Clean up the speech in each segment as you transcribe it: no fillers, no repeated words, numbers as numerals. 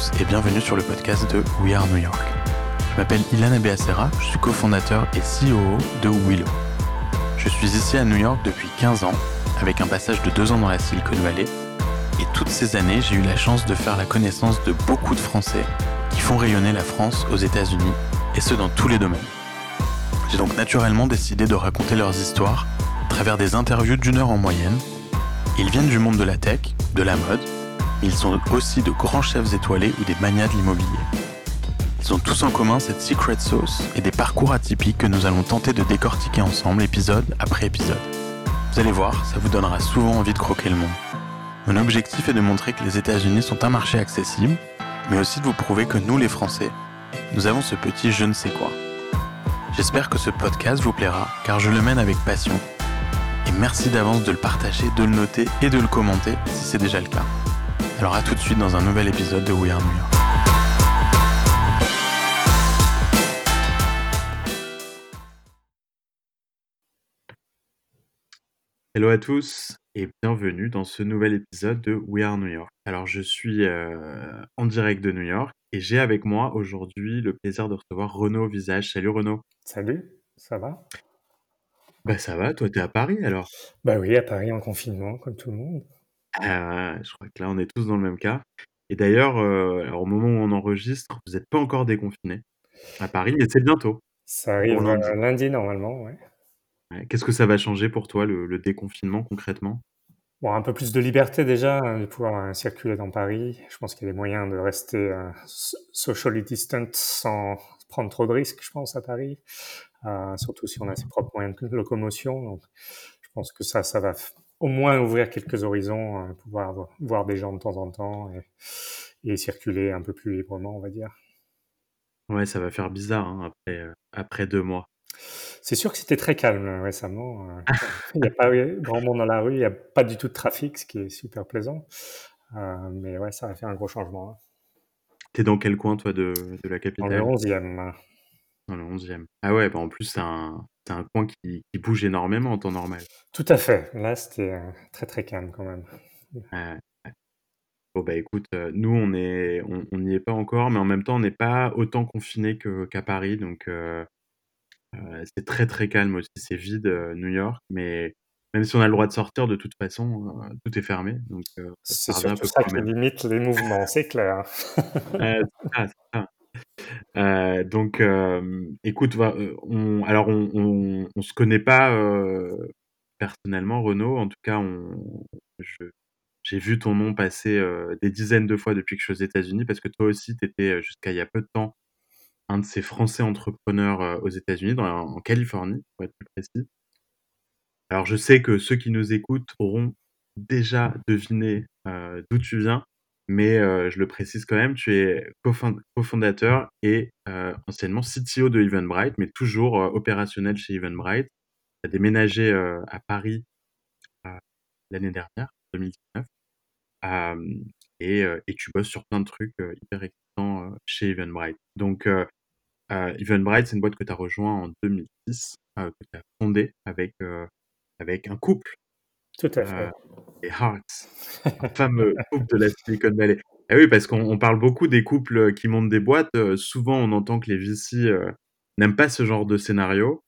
tous et bienvenue sur le podcast de We Are New York. Je m'appelle Ilan Abeacera, je suis cofondateur et CEO de Willow. Je suis ici à New York depuis 15 ans, avec un passage de 2 ans dans la Silicon Valley, et toutes ces années, j'ai eu la chance de faire la connaissance de beaucoup de Français qui font rayonner la France aux États-Unis, et ce dans tous les domaines. J'ai donc naturellement décidé de raconter leurs histoires à travers des interviews d'1 heure en moyenne. Ils viennent du monde de la tech, de la mode, mais ils sont aussi de grands chefs étoilés ou des magnats de l'immobilier. Ils ont tous en commun cette secret sauce et des parcours atypiques que nous allons tenter de décortiquer ensemble épisode après épisode. Vous allez voir, ça vous donnera souvent envie de croquer le monde. Mon objectif est de montrer que les États-Unis sont un marché accessible, mais aussi de vous prouver que nous les Français, nous avons ce petit je ne sais quoi. J'espère que ce podcast vous plaira, car je le mène avec passion. Et merci d'avance de le partager, de le noter et de le commenter si c'est déjà le cas. Alors à tout de suite dans un nouvel épisode de We Are New York. Hello à tous et bienvenue dans ce nouvel épisode de We Are New York. Alors je suis en direct de New York et j'ai avec moi aujourd'hui le plaisir de recevoir Renaud Visage. Salut Renaud. Salut, ça va? Bah ça va, toi t'es à Paris alors? Bah oui, à Paris en confinement, comme tout le monde. Je crois que là on est tous dans le même cas. Et d'ailleurs, alors au moment où on enregistre, vous n'êtes pas encore déconfiné à Paris, mais c'est bientôt, Ça pour arrive lundi. lundi normalement, ouais. Ouais. Qu'est-ce que ça va changer pour toi le déconfinement concrètement? Bon, un peu plus de liberté déjà, de pouvoir circuler dans Paris. Je pense qu'il y a des moyens de rester socially distant sans prendre trop de risques, je pense, à Paris. Surtout si on a ses propres moyens de locomotion. Donc, je pense que ça va au moins ouvrir quelques horizons, pouvoir voir des gens de temps en temps et circuler un peu plus librement, on va dire. Ouais, ça va faire bizarre hein, après 2 mois. C'est sûr que c'était très calme récemment. Il n'y a pas eu grand monde dans la rue, il n'y a pas du tout de trafic, ce qui est super plaisant. Mais ouais, ça a fait un gros changement, hein. T'es dans quel coin toi de la Dans le capitale? 11e. Dans le 11e. Ah ouais, bah en plus c'est un coin qui bouge énormément en temps normal. Tout à fait. Là, c'était très très calme quand même. Ouais. Bon bah écoute, nous on n'y est pas encore, mais en même temps on n'est pas autant confinés qu'à Paris, donc c'est très, très calme aussi, c'est vide, New York, mais même si on a le droit de sortir de toute façon, tout est fermé, donc C'est ça revient à surtout peu ça près au qui même. limite les mouvements, c'est clair. C'est ça. Donc écoute, on se connaît pas, personnellement Renaud, en tout cas je j'ai vu ton nom passer, des dizaines de fois depuis que je suis aux États-Unis parce que toi aussi tu étais, jusqu'à il y a peu de temps, un de ces Français entrepreneurs, aux États-Unis, en Californie, pour être plus précis. Alors je sais que ceux qui nous écoutent auront déjà deviné, d'où tu viens, mais je le précise quand même, tu es cofondateur et anciennement CTO de Eventbrite, mais toujours, opérationnel chez Eventbrite. Tu as déménagé, à Paris, heu, l'année dernière, 2019, hem et tu bosses sur plein de trucs, hyper excitants, chez Eventbrite. Donc Eventbrite, c'est une boîte que tu as rejoint en 2006, que tu as fondée avec un couple, Tout à heu, fait. les Harts, un fameux couple de la Silicon Valley. Et oui, parce qu'on parle beaucoup des couples, qui montent des boîtes, souvent on entend que les VC, n'aiment pas ce genre de scénario.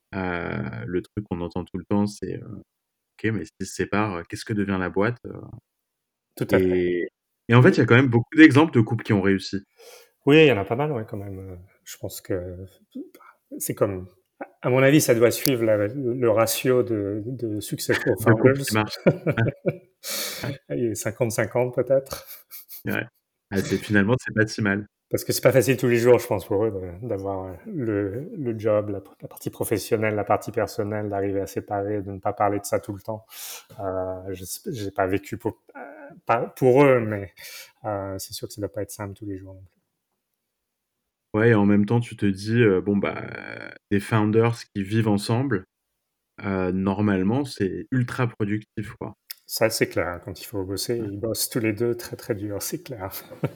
Le truc qu'on entend tout le temps, c'est, «OK, mais s'ils se séparent, qu'est-ce que devient la boîte?» Tout à fait. et et en fait, il y a quand même beaucoup d'exemples de couples qui ont réussi. Oui, il y en a pas mal, ouais, quand même. Je pense que c'est comme, à mon avis, ça doit suivre le ratio de successful De couples qui founders. marchent. Ouais, Et 50-50 peut-être. ouais, ouais. Ah, c'est pas si mal. Parce que c'est pas facile tous les jours, je pense, pour eux d'avoir le job, la partie professionnelle, la partie personnelle, d'arriver à séparer, de ne pas parler de ça tout le temps. J'ai pas vécu pour eux, mais c'est sûr que ça doit pas être simple tous les jours non plus. Ouais, et en même temps, tu te dis, bon, bah, des founders qui vivent ensemble, normalement, c'est ultra productif, quoi. Ça, c'est clair, hein. Quand il faut bosser, ils bossent tous les deux très très dur, c'est clair.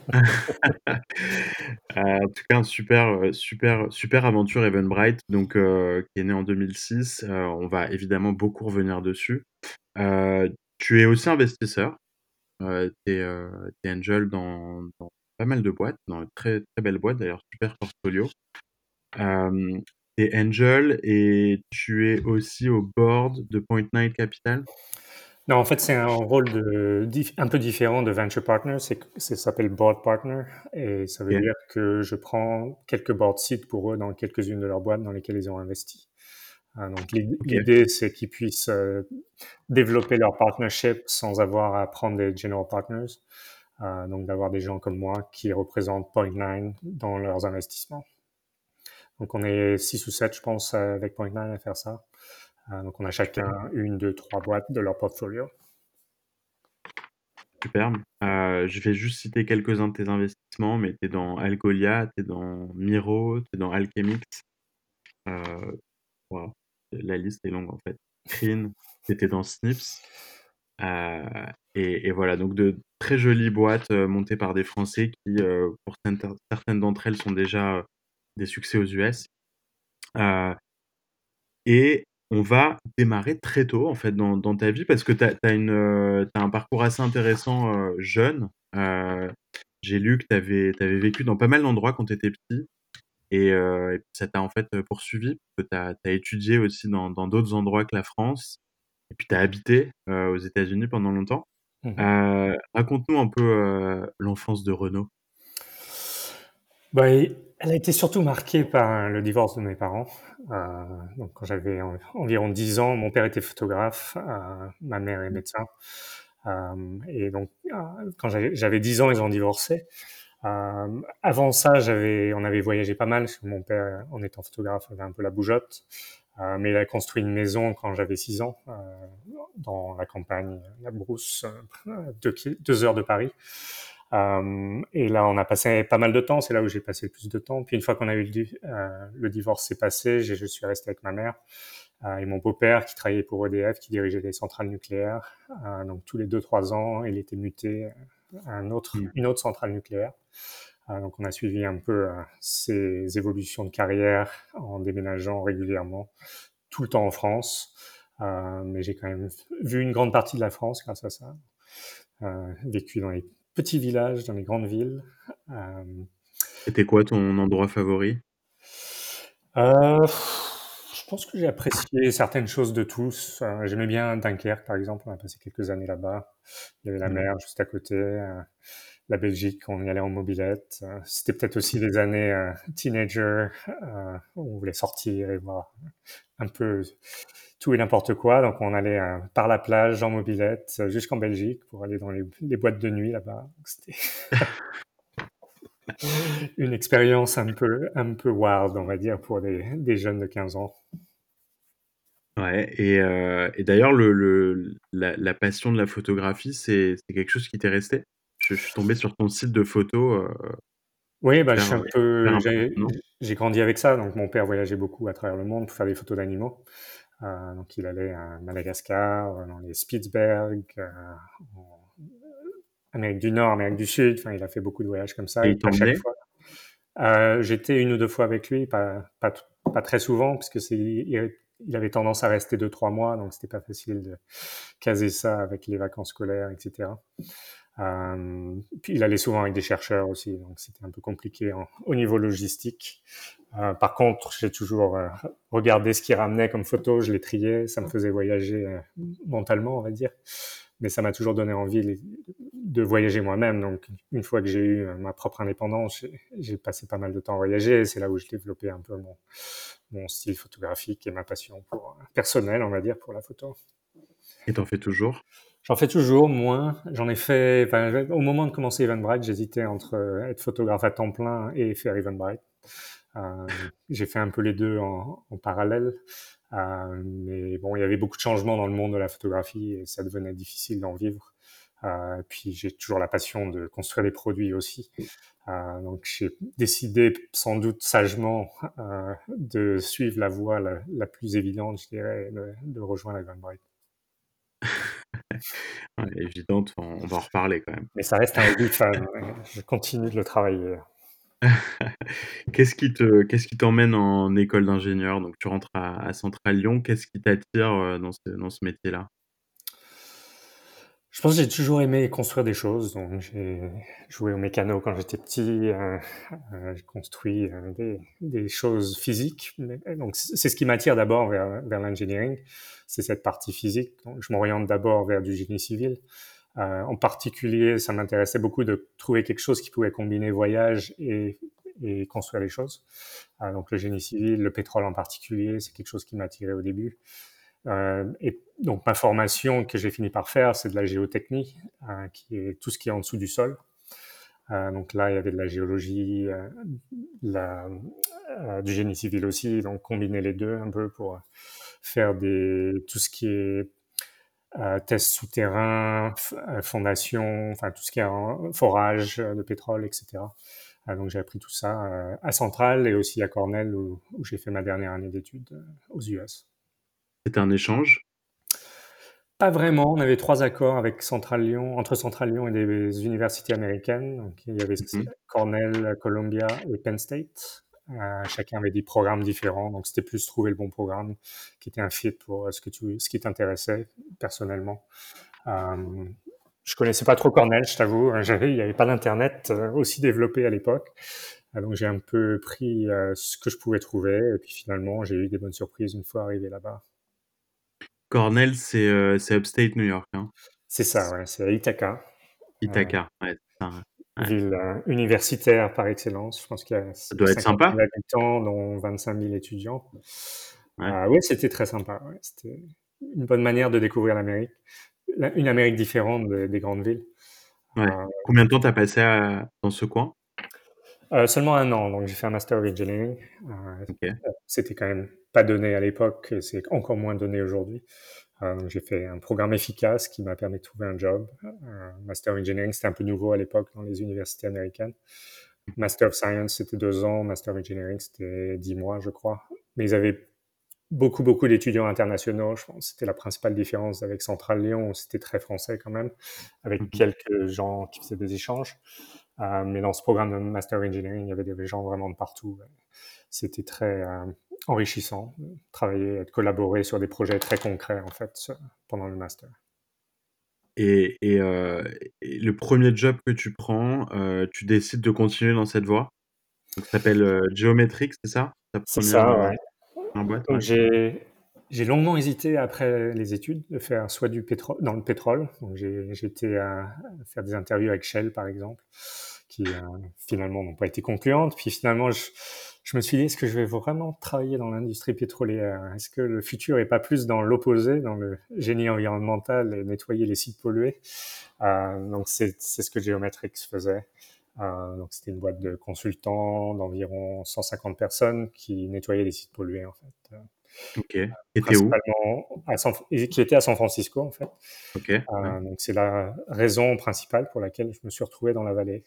En tout cas, un super aventure Eventbrite, donc qui est née en 2006. On va évidemment beaucoup revenir dessus. Tu es aussi investisseur, tu es angel dans pas mal de boîtes, dans de très, très belles boîtes d'ailleurs, super portfolio. Euh, tu es angel et tu es aussi au board de Point Nine Capital. Non, en fait, c'est un rôle un peu différent de venture partner. Ça s'appelle board partner et ça veut Ok, dire que je prends quelques board seats pour eux dans quelques-unes de leurs boîtes dans lesquelles ils ont investi. Donc, ok, l'idée, c'est qu'ils puissent développer leur partnership sans avoir à prendre des general partners. Donc, d'avoir des gens comme moi qui représentent Point9 dans leurs investissements. Donc, on est 6 ou 7, je pense, avec Point9 à faire ça. Donc, on a chacun super, une, deux, trois boîtes de leur portfolio. superbe. Je vais juste citer quelques-uns de tes investissements, mais tu es dans Algolia, tu es dans Miro, tu es dans Alchemix. Euh, wow, la liste est longue en fait. Crine, tu étais dans Snips. Euh, et voilà, donc de très jolies boîtes montées par des Français qui, pour certaines d'entre elles, sont déjà des succès aux US. Euh, et on va démarrer très tôt, en fait, dans ta vie, parce que t'as un parcours assez intéressant jeune. Euh, j'ai lu que t'avais vécu dans pas mal d'endroits quand tu étais petit, et puis ça t'a en fait poursuivi, parce que t'as étudié aussi dans d'autres endroits que la France, et puis t'as habité aux États-Unis pendant longtemps. Mhm. Raconte-nous un peu l'enfance de Renaud. Bah, elle a été surtout marquée par le divorce de mes parents. Euh, donc, quand j'avais environ 10 ans, mon père était photographe, ma mère est médecin. Et donc, quand j'avais 10 ans, ils ont divorcé. Avant ça, on avait voyagé pas mal, parce que mon père, en étant photographe, avait un peu la bougeotte. Mais il a construit une maison quand j'avais 6 ans, dans la campagne, la brousse, 2 heures de Paris. Et là, on a passé pas mal de temps. C'est là où j'ai passé le plus de temps. Puis une fois qu'on a eu le divorce s'est passé, je suis resté avec ma mère et mon beau-père qui travaillait pour EDF, qui dirigeait des centrales nucléaires. Donc tous les 2, 3 ans, il était muté à Mm. une autre centrale nucléaire. Donc on a suivi un peu ses évolutions de carrière en déménageant régulièrement, tout le temps en France. Mais j'ai quand même vu une grande partie de la France grâce à ça. Vécu dans les petits villages, dans les grandes villes. Euh, C'était quoi ton endroit favori? je pense que j'ai apprécié certaines choses de tous. J'aimais bien Dunkerque, par exemple. On a passé quelques années là-bas. Il y avait la Mm. mer juste à côté. La Belgique, on y allait en mobilette. C'était peut-être aussi les années teenager, où on voulait sortir et voir un peu tout et n'importe quoi. Donc on allait par la plage en mobilette jusqu'en Belgique pour aller dans les boîtes de nuit là-bas. Donc, c'était une expérience un peu wild, on va dire, pour des jeunes de 15 ans. Ouais, et d'ailleurs, la passion de la photographie, c'est quelque chose qui t'est resté? Je suis tombé sur ton site de photos, Oui, bah, hyper, hyper impressionnant. j'ai grandi avec ça. Donc, mon père voyageait beaucoup à travers le monde pour faire des photos d'animaux. Donc, il allait à Madagascar, dans les Spitzberg, en Amérique du Nord, Amérique du Sud. Enfin, il a fait beaucoup de voyages comme ça. Et Et il puis, à chaque t'emmenait? fois, j'étais une ou deux fois avec lui, pas très souvent, parce que il avait tendance à rester 2, 3 mois, donc c'était pas facile de caser ça avec les vacances scolaires, etc. Puis il allait souvent avec des chercheurs aussi, donc c'était un peu compliqué au niveau logistique. Par contre, j'ai toujours regardé ce qu'il ramenait comme photo, je les triais, ça me faisait voyager mentalement, on va dire. Mais ça m'a toujours donné envie de voyager moi-même. Donc, une fois que j'ai eu ma propre indépendance, j'ai passé pas mal de temps à voyager. C'est là où j'ai développé un peu mon style photographique et ma passion personnelle, on va dire, pour la photo. Et t'en fais toujours? J'en fais toujours moins. J'en ai fait, enfin, au moment de commencer Eventbrite, j'hésitais entre être photographe à temps plein et faire Eventbrite. J'ai fait un peu les deux en parallèle. Mais bon, il y avait beaucoup de changements dans le monde de la photographie et ça devenait difficile d'en vivre. Puis j'ai toujours la passion de construire des produits aussi. Donc j'ai décidé, sans doute sagement, de suivre la voie la plus évidente, je dirais, de rejoindre Eventbrite. Ouais, évidente, on va en reparler quand même. Mais ça reste un hobby fan. Ouais. Je continue de le travailler. Qu'est-ce qui t'emmène en école d'ingénieur? Donc tu rentres à Centrale Lyon. Qu'est-ce qui t'attire dans ce métier-là? Je pense que j'ai toujours aimé construire des choses, donc j'ai joué au mécano quand j'étais petit, j'ai construit des choses physiques. Donc c'est ce qui m'attire d'abord vers l'engineering, c'est cette partie physique. Donc je m'oriente d'abord vers du génie civil. En particulier, ça m'intéressait beaucoup de trouver quelque chose qui pouvait combiner voyage et construire les choses. Donc le génie civil, le pétrole en particulier, c'est quelque chose qui m'attirait au début. Et donc ma formation que j'ai fini par faire, c'est de la géotechnie, qui est tout ce qui est en dessous du sol. Donc là, il y avait de la géologie, la, du génie civil aussi, donc combiner les deux un peu pour faire tout ce qui est tests souterrains, fondation, enfin tout ce qui est forage de pétrole, etc. Donc j'ai appris tout ça à Centrale et aussi à Cornell où j'ai fait ma dernière année d'études aux US. C'était un échange? Pas vraiment, on avait 3 accords avec Central Lyon entre Central Lyon et des universités américaines. Donc il y avait Mmh. Cornell, Columbia et Penn State. Chacun avait des programmes différents, donc c'était plus trouver le bon programme qui était un fit pour ce qui t'intéressait personnellement. Euh, je connaissais pas trop Cornell, je t'avoue. Il n'y avait pas d'internet aussi développé à l'époque. Donc j'ai un peu pris ce que je pouvais trouver et puis finalement j'ai eu des bonnes surprises une fois arrivé là-bas. Cornell, c'est upstate New York, hein? C'est ça, ouais, c'est à Ithaca, euh, Ithaca, ouais, c'est ça, ouais. Ouais. ville universitaire par excellence. Je pense qu'il y a Ça doit être 50 sympa? 000 habitants, dont 25 000 étudiants. Ouais, Oui, c'était très sympa. Ouais. C'était une bonne manière de découvrir l'Amérique, une Amérique différente des grandes villes. ouais. Euh, Combien de temps tu as passé dans ce coin? Seulement un an, donc j'ai fait un master of engineering. OK. C'était quand même pas donné à l'époque, et c'est encore moins donné aujourd'hui. Donc j'ai fait un programme efficace qui m'a permis de trouver un job. Master of engineering, c'était un peu nouveau à l'époque dans les universités américaines. Master of Science, c'était 2 ans. Master of Engineering, c'était 10 mois, je crois. Mais ils avaient beaucoup d'étudiants internationaux. Je pense que c'était la principale différence avec Central Lyon, où c'était très français quand même, avec Mmh. quelques gens qui faisaient des échanges. Mais dans ce programme de Master of Engineering, il y avait des gens vraiment de partout. C'était très enrichissant de travailler, de collaborer sur des projets très concrets, en fait, pendant le master. Et et heu et le premier job que tu prends, tu décides de continuer dans cette voie? Donc ça s'appelle, Geometrix, c'est ça? Ta C'est première ça, ouais. boîte? Donc Ouais. j'ai longuement hésité après les études de faire soit du pétrole dans le pétrole. Donc j'ai été à faire des interviews avec Shell par exemple, qui finalement n'ont pas été concluantes. Puis finalement je me suis dit est-ce que je vais vraiment travailler dans l'industrie pétrolière? Est-ce que le futur est pas plus dans l'opposé, dans le génie environnemental et nettoyer les sites pollués? Donc c'est ce que Geometrix faisait. Donc c'était une boîte de consultants d'environ 150 personnes qui nettoyaient les sites pollués en fait. OK. Et tu où? Principalement qui était à San Francisco en fait. OK, ouais. Donc c'est la raison principale pour laquelle je me suis retrouvé dans la vallée.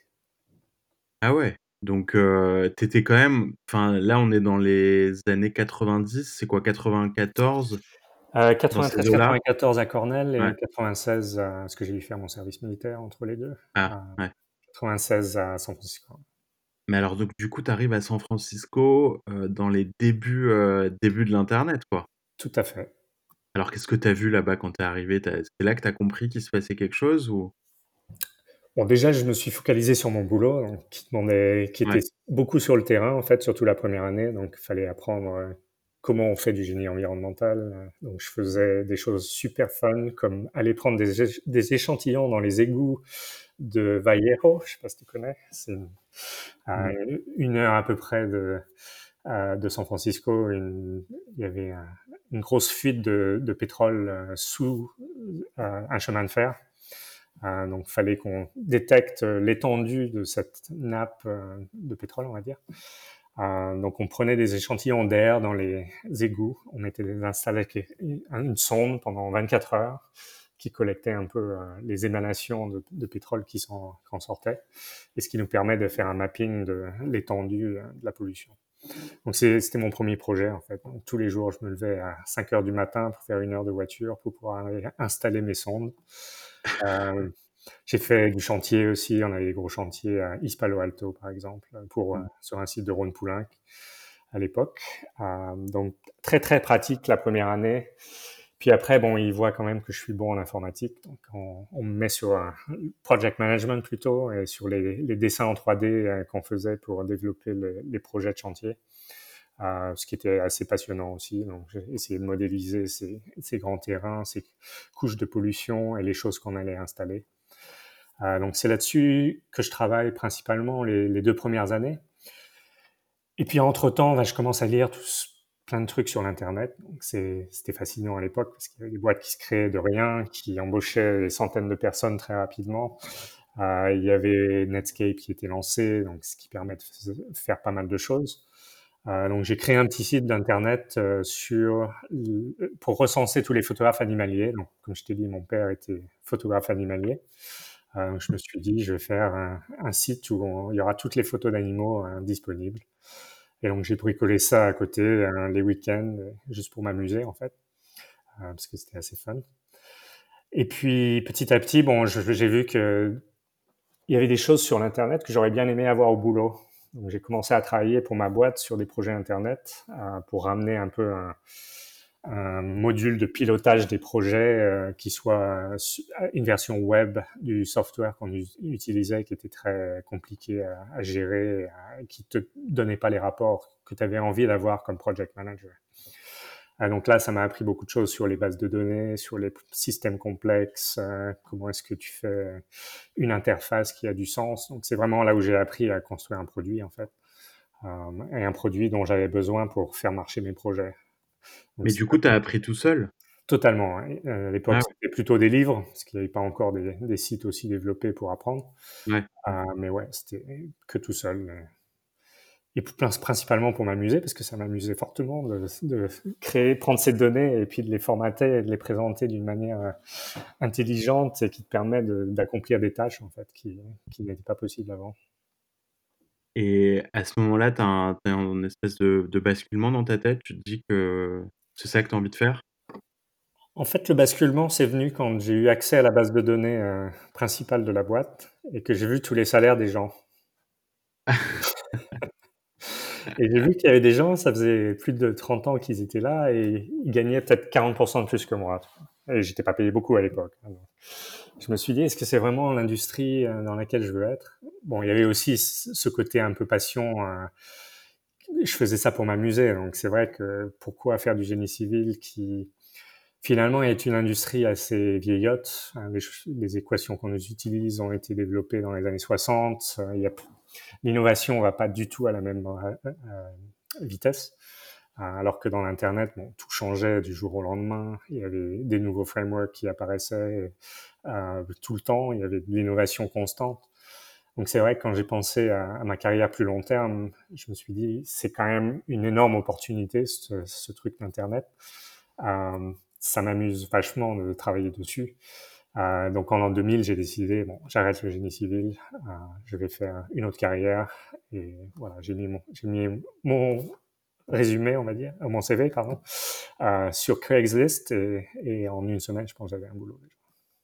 Ah ouais, donc tu quand même, enfin, là, on est dans les années 90, c'est quoi, 94, dans ces eaux-là? 93-94 à Cornell Ouais. et 96 parce que j'ai dû faire mon service militaire entre les deux. Ah, Euh, ouais. 96 à San Francisco. Mais alors donc du coup, tu arrives à San Francisco, dans les débuts de l'internet, quoi? Tout à fait. Alors qu'est-ce que tu as vu là-bas quand tu es arrivé? C'est là que tu as compris qu'il se passait quelque chose ou? Bon, déjà, je me suis focalisé sur mon boulot, donc, qui était Ouais. beaucoup sur le terrain, en fait, surtout la première année. Donc, il fallait apprendre comment on fait du génie environnemental. Donc, je faisais des choses super fun, comme aller prendre des échantillons dans les égouts de Vallejo. Je sais pas si tu connais. C'est à Mmh. 1 heure à peu près de San Francisco. Il y avait une grosse fuite de pétrole sous un chemin de fer. Donc, il fallait qu'on détecte l'étendue de cette nappe de pétrole, on va dire. Donc, on prenait des échantillons d'air dans les égouts. On installait une sonde pendant 24 heures qui collectait un peu les émanations de pétrole qui en sortaient, et ce qui nous permet de faire un mapping de l'étendue de la pollution. Donc, c'était mon premier projet, en fait. Donc, tous les jours, je me levais à 5 heures du matin pour faire 1 heure de voiture pour pouvoir aller installer mes sondes. Euh, j'ai fait du chantier aussi. On avait des gros chantiers à East Palo Alto, par exemple, Mmh. sur un site de Rhône-Poulenc à l'époque. Donc, très, très pratique la première année. Puis après, bon, ils voient quand même que je suis bon en informatique, donc on me met sur un project management plutôt, et sur les dessins en 3D qu'on faisait pour développer les projets de chantier, ce qui était assez passionnant aussi. Donc j'ai essayé de modéliser ces grands terrains, ces couches de pollution et les choses qu'on allait installer. Donc c'est là-dessus que je travaille principalement les 2 premières années. Et puis entre-temps, je commence à lire plein de trucs sur l'Internet. Donc c'était fascinant à l'époque parce qu'il y avait des boîtes qui se créaient de rien, qui embauchaient des centaines de personnes très rapidement. Il y avait Netscape qui était lancé, donc ce qui permet de faire pas mal de choses. Donc j'ai créé un petit site d'internet pour recenser tous les photographes animaliers. Donc comme je t'ai dit, mon père était photographe animalier. Donc je me suis dit, je vais faire un site où il y aura toutes les photos d'animaux disponibles. Et donc j'ai bricolé ça à côté les week-ends, juste pour m'amuser en fait, parce que c'était assez fun. Et puis petit à petit, bon, j'ai vu que il y avait des choses sur l'internet que j'aurais bien aimé avoir au boulot. Donc j'ai commencé à travailler pour ma boîte sur des projets internet pour ramener un peu un module de pilotage des projets qui soit une version web du software qu'on utilisait, qui était très compliqué à gérer, qui te donnait pas les rapports que tu avais envie d'avoir comme project manager. Donc là, ça m'a appris beaucoup de choses sur les bases de données, sur les systèmes complexes, comment est-ce que tu fais une interface qui a du sens. Donc c'est vraiment là où j'ai appris à construire un produit en fait, et un produit dont j'avais besoin pour faire marcher mes projets. Donc Mais du coup, tu as appris tout seul? totalement. Hein. À l'époque, Ah c'était plutôt des livres, parce qu'il n'y avait pas encore des sites aussi développés pour apprendre. ouais. Mais ouais, c'était que tout seul. Et principalement pour m'amuser, parce que ça m'amusait fortement de créer, prendre ces données et puis de les formater et de les présenter d'une manière intelligente et qui te permet d'accomplir des tâches en fait qui n'étaient pas possibles avant. Et à ce moment-là, tu as un espèce de basculement dans ta tête? Tu te dis que c'est ça que tu as envie de faire? En fait, le basculement, c'est venu quand j'ai eu accès à la base de données principale de la boîte et que j'ai vu tous les salaires des gens. Et j'ai vu qu'il y avait des gens, ça faisait plus de 30 ans qu'ils étaient là et ils gagnaient peut-être 40% de plus que moi. Et j'étais pas payé beaucoup à l'époque. Alors, je me suis dit, est-ce que c'est vraiment l'industrie dans laquelle je veux être? Bon, il y avait aussi ce côté un peu passion. Je faisais ça pour m'amuser. Donc c'est vrai que pourquoi faire du génie civil qui finalement est une industrie assez vieillotte. Les équations qu'on utilise ont été développées dans les années 60. L'innovation va pas du tout à la même vitesse. Alors que dans l'Internet, bon, tout changeait du jour au lendemain. Il y avait des nouveaux frameworks qui apparaissaient tout le temps. Il y avait de l'innovation constante. Donc c'est vrai que quand j'ai pensé à ma carrière plus long terme, je me suis dit, c'est quand même une énorme opportunité, ce truc d'Internet. Ça m'amuse vachement de travailler dessus. Donc en l'an 2000, j'ai décidé, bon, j'arrête le génie civil, je vais faire une autre carrière. Et voilà, j'ai mis mon résumé, on va dire, mon CV, pardon, sur Craigslist et en une semaine, je pense que j'avais un boulot déjà.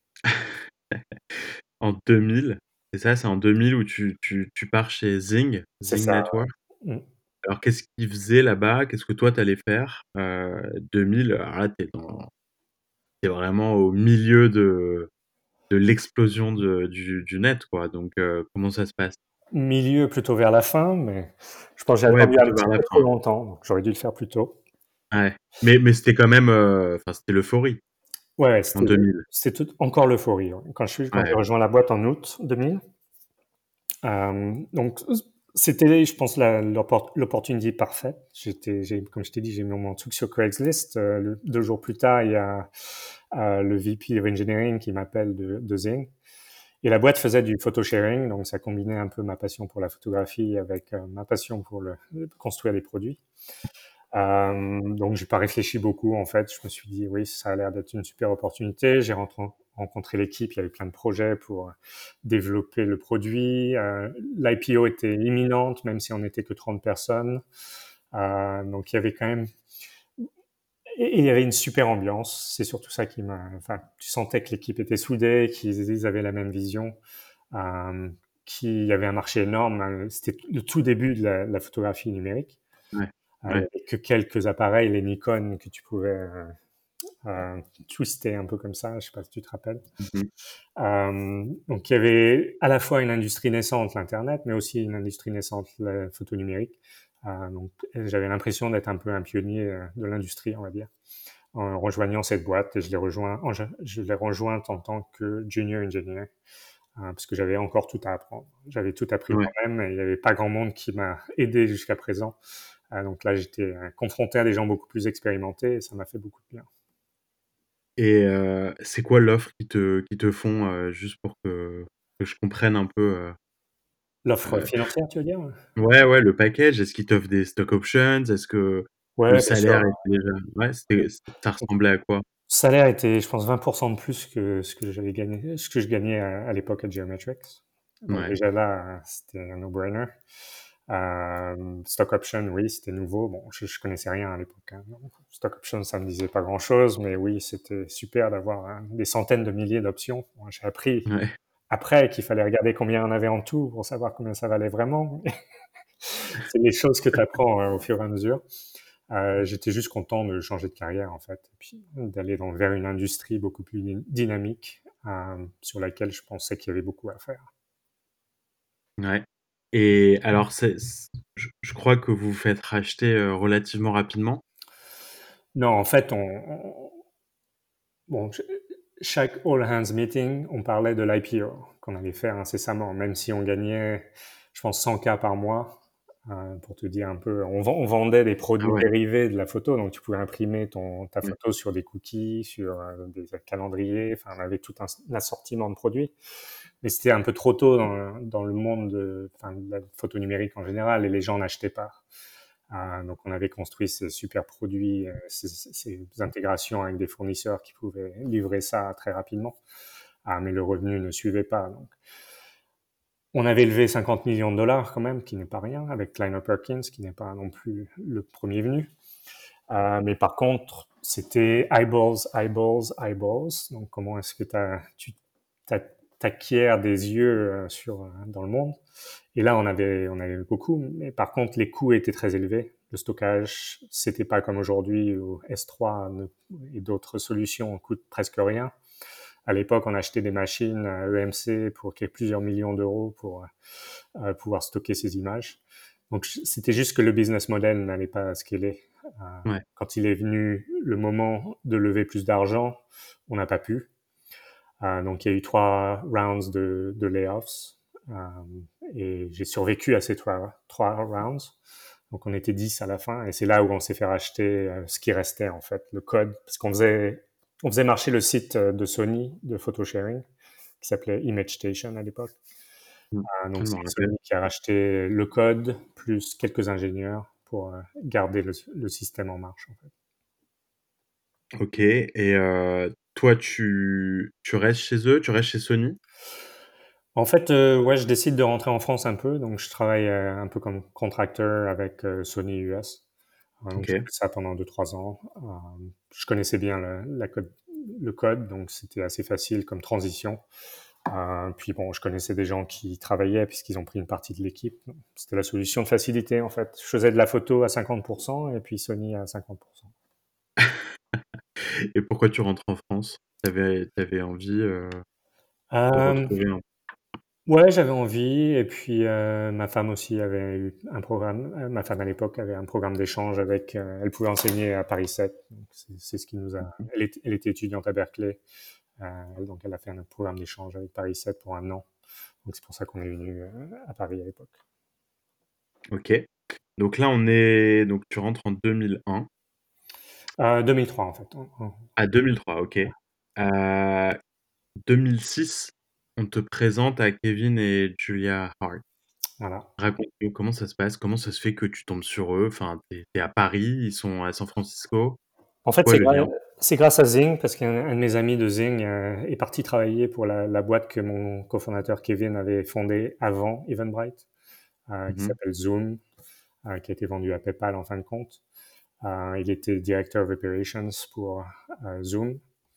En 2000, c'est ça? C'est en 2000 où tu pars chez Zing, C'est Zing ça. Network. Mm. Alors qu'est-ce qu'ils faisaient là-bas? Qu'est-ce que toi tu allais faire? 2000, alors là, tu vraiment au milieu de l'explosion du net, quoi, donc comment ça se passe? Milieu plutôt vers la fin, mais je pense que j'ai Ouais, attendu un plutôt petit vers la peu trop fin. longtemps, donc j'aurais dû le faire plus tôt. Ouais, mais c'était quand même, enfin, c'était l'euphorie Ouais, ouais, en 2000. c'était encore l'euphorie. Ouais. Quand j'ai Ouais, rejoint la boîte en août 2000, donc c'était, je pense, l'opportunité parfaite. Comme je t'ai dit, j'ai mis mon truc sur Craigslist. 2 jours plus tard, il y a le VP of Engineering qui m'appelle de Zing. Et la boîte faisait du photo sharing, donc ça combinait un peu ma passion pour la photographie avec ma passion pour construire des produits. Donc j'ai pas réfléchi beaucoup en fait. Je me suis dit oui, ça a l'air d'être une super opportunité. J'ai rencontré l'équipe, il y avait plein de projets pour développer le produit. L'IPO était imminente, même si on n'était que 30 personnes. Donc il y avait quand même et il y avait une super ambiance. C'est surtout ça qui m'a. Enfin, tu sentais que l'équipe était soudée, qu'ils avaient la même vision, euh, qu'il y avait un marché énorme. C'était le tout début de la photographie numérique. ouais, Il n'y ouais. avait que quelques appareils, les Nikon, que tu pouvais twisté un peu comme ça, je sais pas si tu te rappelles. Mmh. Donc il y avait à la fois une industrie naissante, l'Internet, mais aussi une industrie naissante, la photo numérique. Donc j'avais l'impression d'être un peu un pionnier de l'industrie, on va dire, en rejoignant cette boîte. Et je l'ai rejointe en tant que junior engineer, parce que j'avais encore tout à apprendre. J'avais tout appris Ouais. moi-même et il n'y avait pas grand monde qui m'a aidé jusqu'à présent. Donc là, j'étais confronté à des gens beaucoup plus expérimentés et ça m'a fait beaucoup de bien. Et c'est quoi l'offre qui te font, juste pour que je comprenne un peu, L'offre heu financière, tu veux dire? ouais, ouais, le package, est-ce qu'ils t'offrent des stock options? Est-ce que le Ouais, bien sûr. salaire était déjà ouais, ça ressemblait à quoi? Salaire était, je pense, 20% de plus que ce que j'avais gagné, ce que je gagnais à l'époque à Geometrics. Donc Ouais, déjà là, c'était un no-brainer. Stock option, oui, c'était nouveau. Bon, je connaissais rien à l'époque, hein. Donc, stock option, ça me disait pas grand-chose, mais oui, c'était super d'avoir des centaines de milliers d'options. Moi, j'ai appris ouais, après qu'il fallait regarder combien il y en avait en tout pour savoir combien ça valait vraiment. C'est les choses que tu apprends au fur et à mesure. J'étais juste content de changer de carrière en fait, et puis d'aller vers une industrie beaucoup plus dynamique sur laquelle je pensais qu'il y avait beaucoup à faire. ouais. Et alors je crois que vous vous faites racheter, relativement rapidement? Non, en fait, bon, chaque all hands meeting, on parlait de l'IPO qu'on allait faire incessamment, même si on gagnait, je pense, 100K par mois. Pour te dire un peu, on vendait des Ah produits ouais, dérivés de la photo, donc tu pouvais imprimer ta ouais, photo sur des cookies, sur des calendriers, enfin on avait tout un assortiment de produits. Mais c'était un peu trop tôt dans le monde de la photo numérique en général et les gens n'achetaient pas. Donc on avait construit ces super produits, ces intégrations avec des fournisseurs qui pouvaient livrer ça très rapidement. Mais le revenu ne suivait pas. Donc on avait levé 50 millions de dollars quand même, qui n'est pas rien, avec Kleiner Perkins, qui n'est pas non plus le premier venu. Mais par contre, c'était eyeballs, eyeballs, eyeballs. Donc comment est-ce que tu t'acquiers des yeux dans le monde? Et là, on avait beaucoup, mais par contre, les coûts étaient très élevés. Le stockage, c'était pas comme aujourd'hui où S3 et d'autres solutions coûtent presque rien. À l'époque, on achetait des machines EMC pour plusieurs millions d'euros pour pouvoir stocker ces images. Donc, c'était juste que le business model n'allait pas scaler. ouais. Quand il est venu le moment de lever plus d'argent, on n'a pas pu. Donc, il y a eu 3 rounds de layoffs. Euh, et j'ai survécu à ces trois rounds. Donc, on était 10 à la fin. Et c'est là où on s'est fait racheter ce qui restait, en fait, le code. Parce qu'on faisait marcher le site de Sony de photo sharing, qui s'appelait Image Station à l'époque. Mmh. Je Donc, m'en c'est rappelle. Sony qui a racheté le code, plus quelques ingénieurs pour garder le système en marche, en fait. OK. Et toi tu restes chez eux? Tu restes chez Sony? En fait, ouais, je décide de rentrer en France un peu, donc je travaille un peu comme contracteur avec Sony US. Donc j'ai OK. fait ça pendant 2 3 ans. Je connaissais bien le code, donc c'était assez facile comme transition. Puis bon, je connaissais des gens qui travaillaient puisqu'ils ont pris une partie de l'équipe. Donc, c'était la solution de facilité en fait. Je faisais de la photo à 50% et puis Sony à 50%. Et pourquoi tu rentres en France? Tu avais envie, de Euh, retrouver un Ouais, j'avais envie. Et puis, ma femme aussi avait eu un programme. Ma femme à l'époque avait un programme d'échange avec. Elle pouvait enseigner à Paris 7. Donc c'est ce qui nous a. Elle était étudiante à Berkeley. Donc, elle a fait un programme d'échange avec Paris 7 pour un an. Donc, c'est pour ça qu'on est venu à Paris à l'époque. OK. Donc là, donc tu rentres en 2001. 2003, en fait. À 2003, OK. 2006, on te présente à Kevin et Julia Hart. Voilà. Raconte-nous comment ça se passe? Comment ça se fait que tu tombes sur eux? Enfin, tu es à Paris, ils sont à San Francisco. En C'est fait, quoi le lien? c'est grâce à Zing, parce qu'un de mes amis de Zing est parti travailler pour la boîte que mon cofondateur Kevin avait fondée avant Eventbrite, qui Mmh. s'appelle Zoom, qui a été vendue à PayPal en fin de compte. Il était Director of Operations pour Zoom.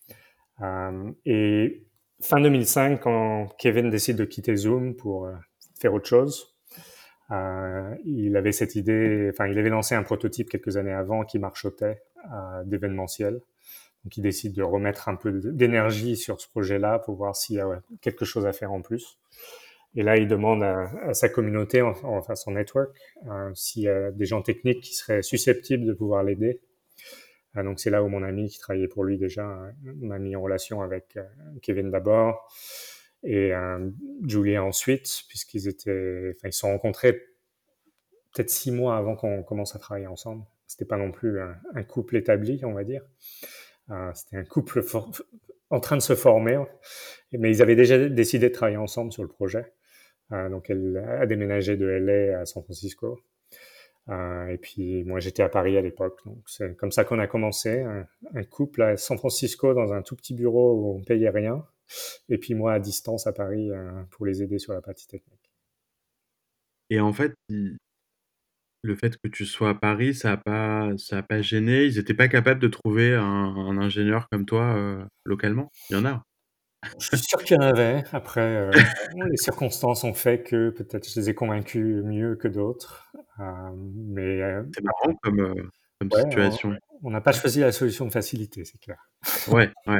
Et fin 2005, quand Kevin décide de quitter Zoom pour faire autre chose, il avait cette idée, enfin, il avait lancé un prototype quelques années avant qui marchotait d'événementiel. Donc, il décide de remettre un peu d'énergie sur ce projet-là pour voir s'il y a quelque chose à faire en plus. Et là, il demande à sa communauté, enfin son network, s'il y a des gens techniques qui seraient susceptibles de pouvoir l'aider. Donc c'est là où mon ami qui travaillait pour lui déjà m'a mis en relation avec Kevin d'abord et Julia ensuite, puisqu'ils ils se sont rencontrés peut-être 6 mois avant qu'on commence à travailler ensemble. C'était pas non plus un couple établi, on va dire. C'était un couple en train de se former, mais ils avaient déjà décidé de travailler ensemble sur le projet. Donc elle a déménagé de LA à San Francisco. Et puis moi j'étais à Paris à l'époque, donc c'est comme ça qu'on a commencé, un couple à San Francisco dans un tout petit bureau où on payait rien, et puis moi à distance à Paris pour les aider sur la partie technique. Et en fait, le fait que tu sois à Paris, ça a pas gêné? Ils étaient pas capables de trouver un ingénieur comme toi, localement? Il y en a? Je suis sûr qu'il y en avait. Après, les circonstances ont fait que peut-être je les ai convaincus mieux que d'autres. Mais C'est marrant comme ouais, situation. on n'a pas choisi la solution de facilité, c'est clair. Ouais, ouais.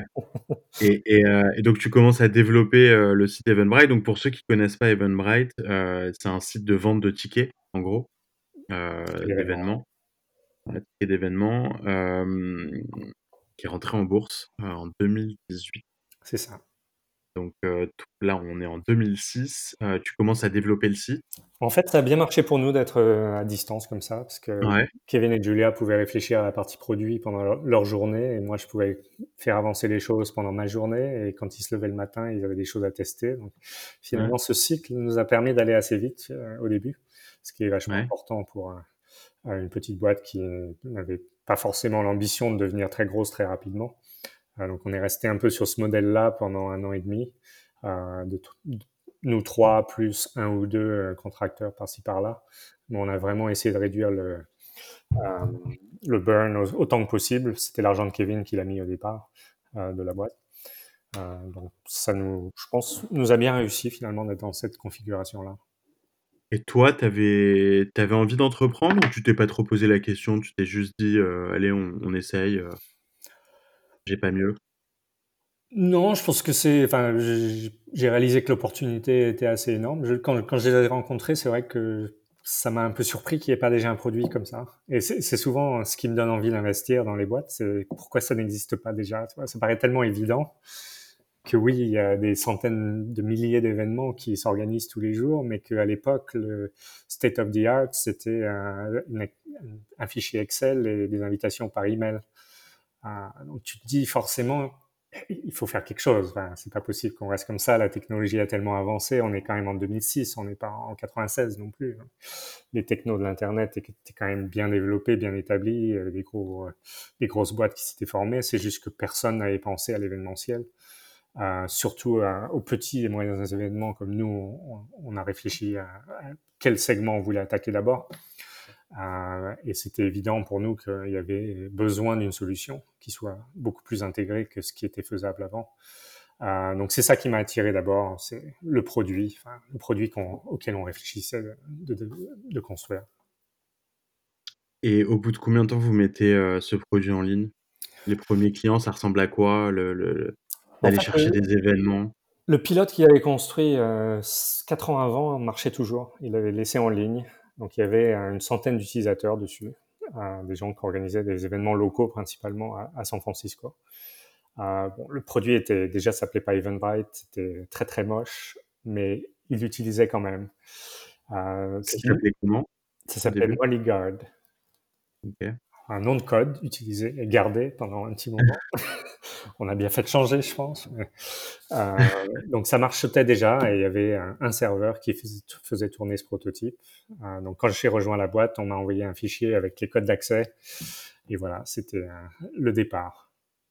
Et donc tu commences à développer, le site Eventbrite. Donc pour ceux qui connaissent pas Eventbrite, c'est un site de vente de tickets, en gros, L'événement, d'événements, ouais, tickets d'événements, qui est rentré en bourse, en 2018. c'est ça. Donc t là, on est en 2006, tu commences à développer le site. En fait, ça a bien marché pour nous d'être à distance comme ça, parce que Ouais, Kevin et Julia pouvaient réfléchir à la partie produit pendant leur journée, et moi, je pouvais faire avancer les choses pendant ma journée. Et quand ils se levaient le matin, ils avaient des choses à tester. Donc, ouais, finalement, ce cycle nous a permis d'aller assez vite au début, ce qui est vachement ouais. important pour une petite boîte qui n'avait pas forcément l'ambition de devenir très grosse très rapidement. Donc, on est resté un peu sur ce modèle-là pendant 1 an et demi, de nous trois plus un ou deux contracteurs par-ci par-là. Mais on a vraiment essayé de réduire euh, le burn autant que possible. C'était l'argent de Kevin qu'il a mis au départ de la boîte. Donc ça nous, je pense, nous a bien réussi finalement d'être dans cette configuration-là. Et toi, t'avais envie d'entreprendre ou tu t'es pas trop posé la question? Tu t'es juste dit, «Allez, on essaye, j'ai pas mieux»? Non, je pense que enfin, j'ai réalisé que l'opportunité était assez énorme. Quand je les ai rencontrés, c'est vrai que ça m'a un peu surpris qu'il n'y ait pas déjà un produit comme ça. Et c'est souvent ce qui me donne envie d'investir dans les boîtes, c'est pourquoi ça n'existe pas déjà. Tu vois, ça paraît tellement évident que oui, il y a des centaines de milliers d'événements qui s'organisent tous les jours, mais qu'à l'époque, le state of the art, c'était un fichier Excel et des invitations par email. Donc tu te dis forcément, il faut faire quelque chose. Enfin, c'est pas possible qu'on reste comme ça. La technologie a tellement avancé. On est quand même en 2006, on n'est pas en 96 non plus. Les technos de l'internet étaient quand même bien développés, bien établis. Des grosses boîtes qui s'étaient formées. C'est juste que personne n'avait pensé à l'événementiel. Surtout aux petits et moyens événements comme nous, on a réfléchi à quel segment on voulait attaquer d'abord. Et c'était évident pour nous qu'il y avait besoin d'une solution qui soit beaucoup plus intégrée que ce qui était faisable avant. Donc c'est ça qui m'a attiré d'abord, c'est le produit, enfin, le produit auquel on réfléchissait de construire. Et au bout de combien de temps vous mettez, ce produit en ligne? Les premiers clients, ça ressemble à quoi? En D'aller fait, chercher des événements? le pilote qu'il avait construit 4 ans avant marchait toujours. Il l'avait laissé en ligne. Donc il y avait une centaine d'utilisateurs dessus, des gens qui organisaient des événements locaux principalement à San Francisco. Bon, le produit déjà s'appelait pas Eventbrite, c'était très très moche, mais il l'utilisait quand même. Ça s'appelait comment Ça au s'appelait début? Mollyguard, OK. un nom de code utilisé et gardé pendant un petit moment. On a bien fait de changer, je pense. Euh, donc ça marchait déjà et il y avait un serveur qui faisait tourner ce prototype. Donc quand j'ai rejoint la boîte, on m'a envoyé un fichier avec les codes d'accès et voilà, c'était le départ.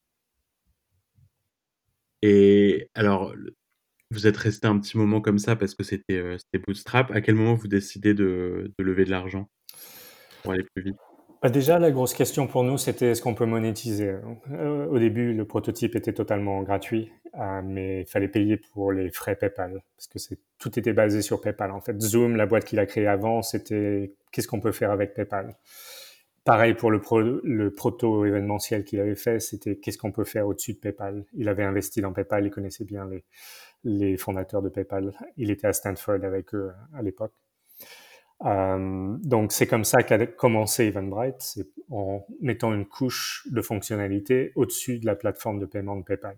Et alors, vous êtes resté un petit moment comme ça parce que c'était bootstrap. À quel moment vous décidez de lever de l'argent pour aller plus vite? Bah déjà, la grosse question pour nous, c'était est-ce qu'on peut monétiser. Au début, le prototype était totalement gratuit, mais il fallait payer pour les frais PayPal, parce que tout était basé sur PayPal. En fait, Zoom, la boîte qu'il a créée avant, c'était qu'est-ce qu'on peut faire avec PayPal. Pareil pour le proto-événementiel qu'il avait fait, c'était qu'est-ce qu'on peut faire au-dessus de PayPal. Il avait investi dans PayPal, il connaissait bien les fondateurs de PayPal. Il était à Stanford avec eux à l'époque. Donc c'est comme ça qu'a commencé Eventbrite, c'est en mettant une couche de fonctionnalité au-dessus de la plateforme de paiement de PayPal.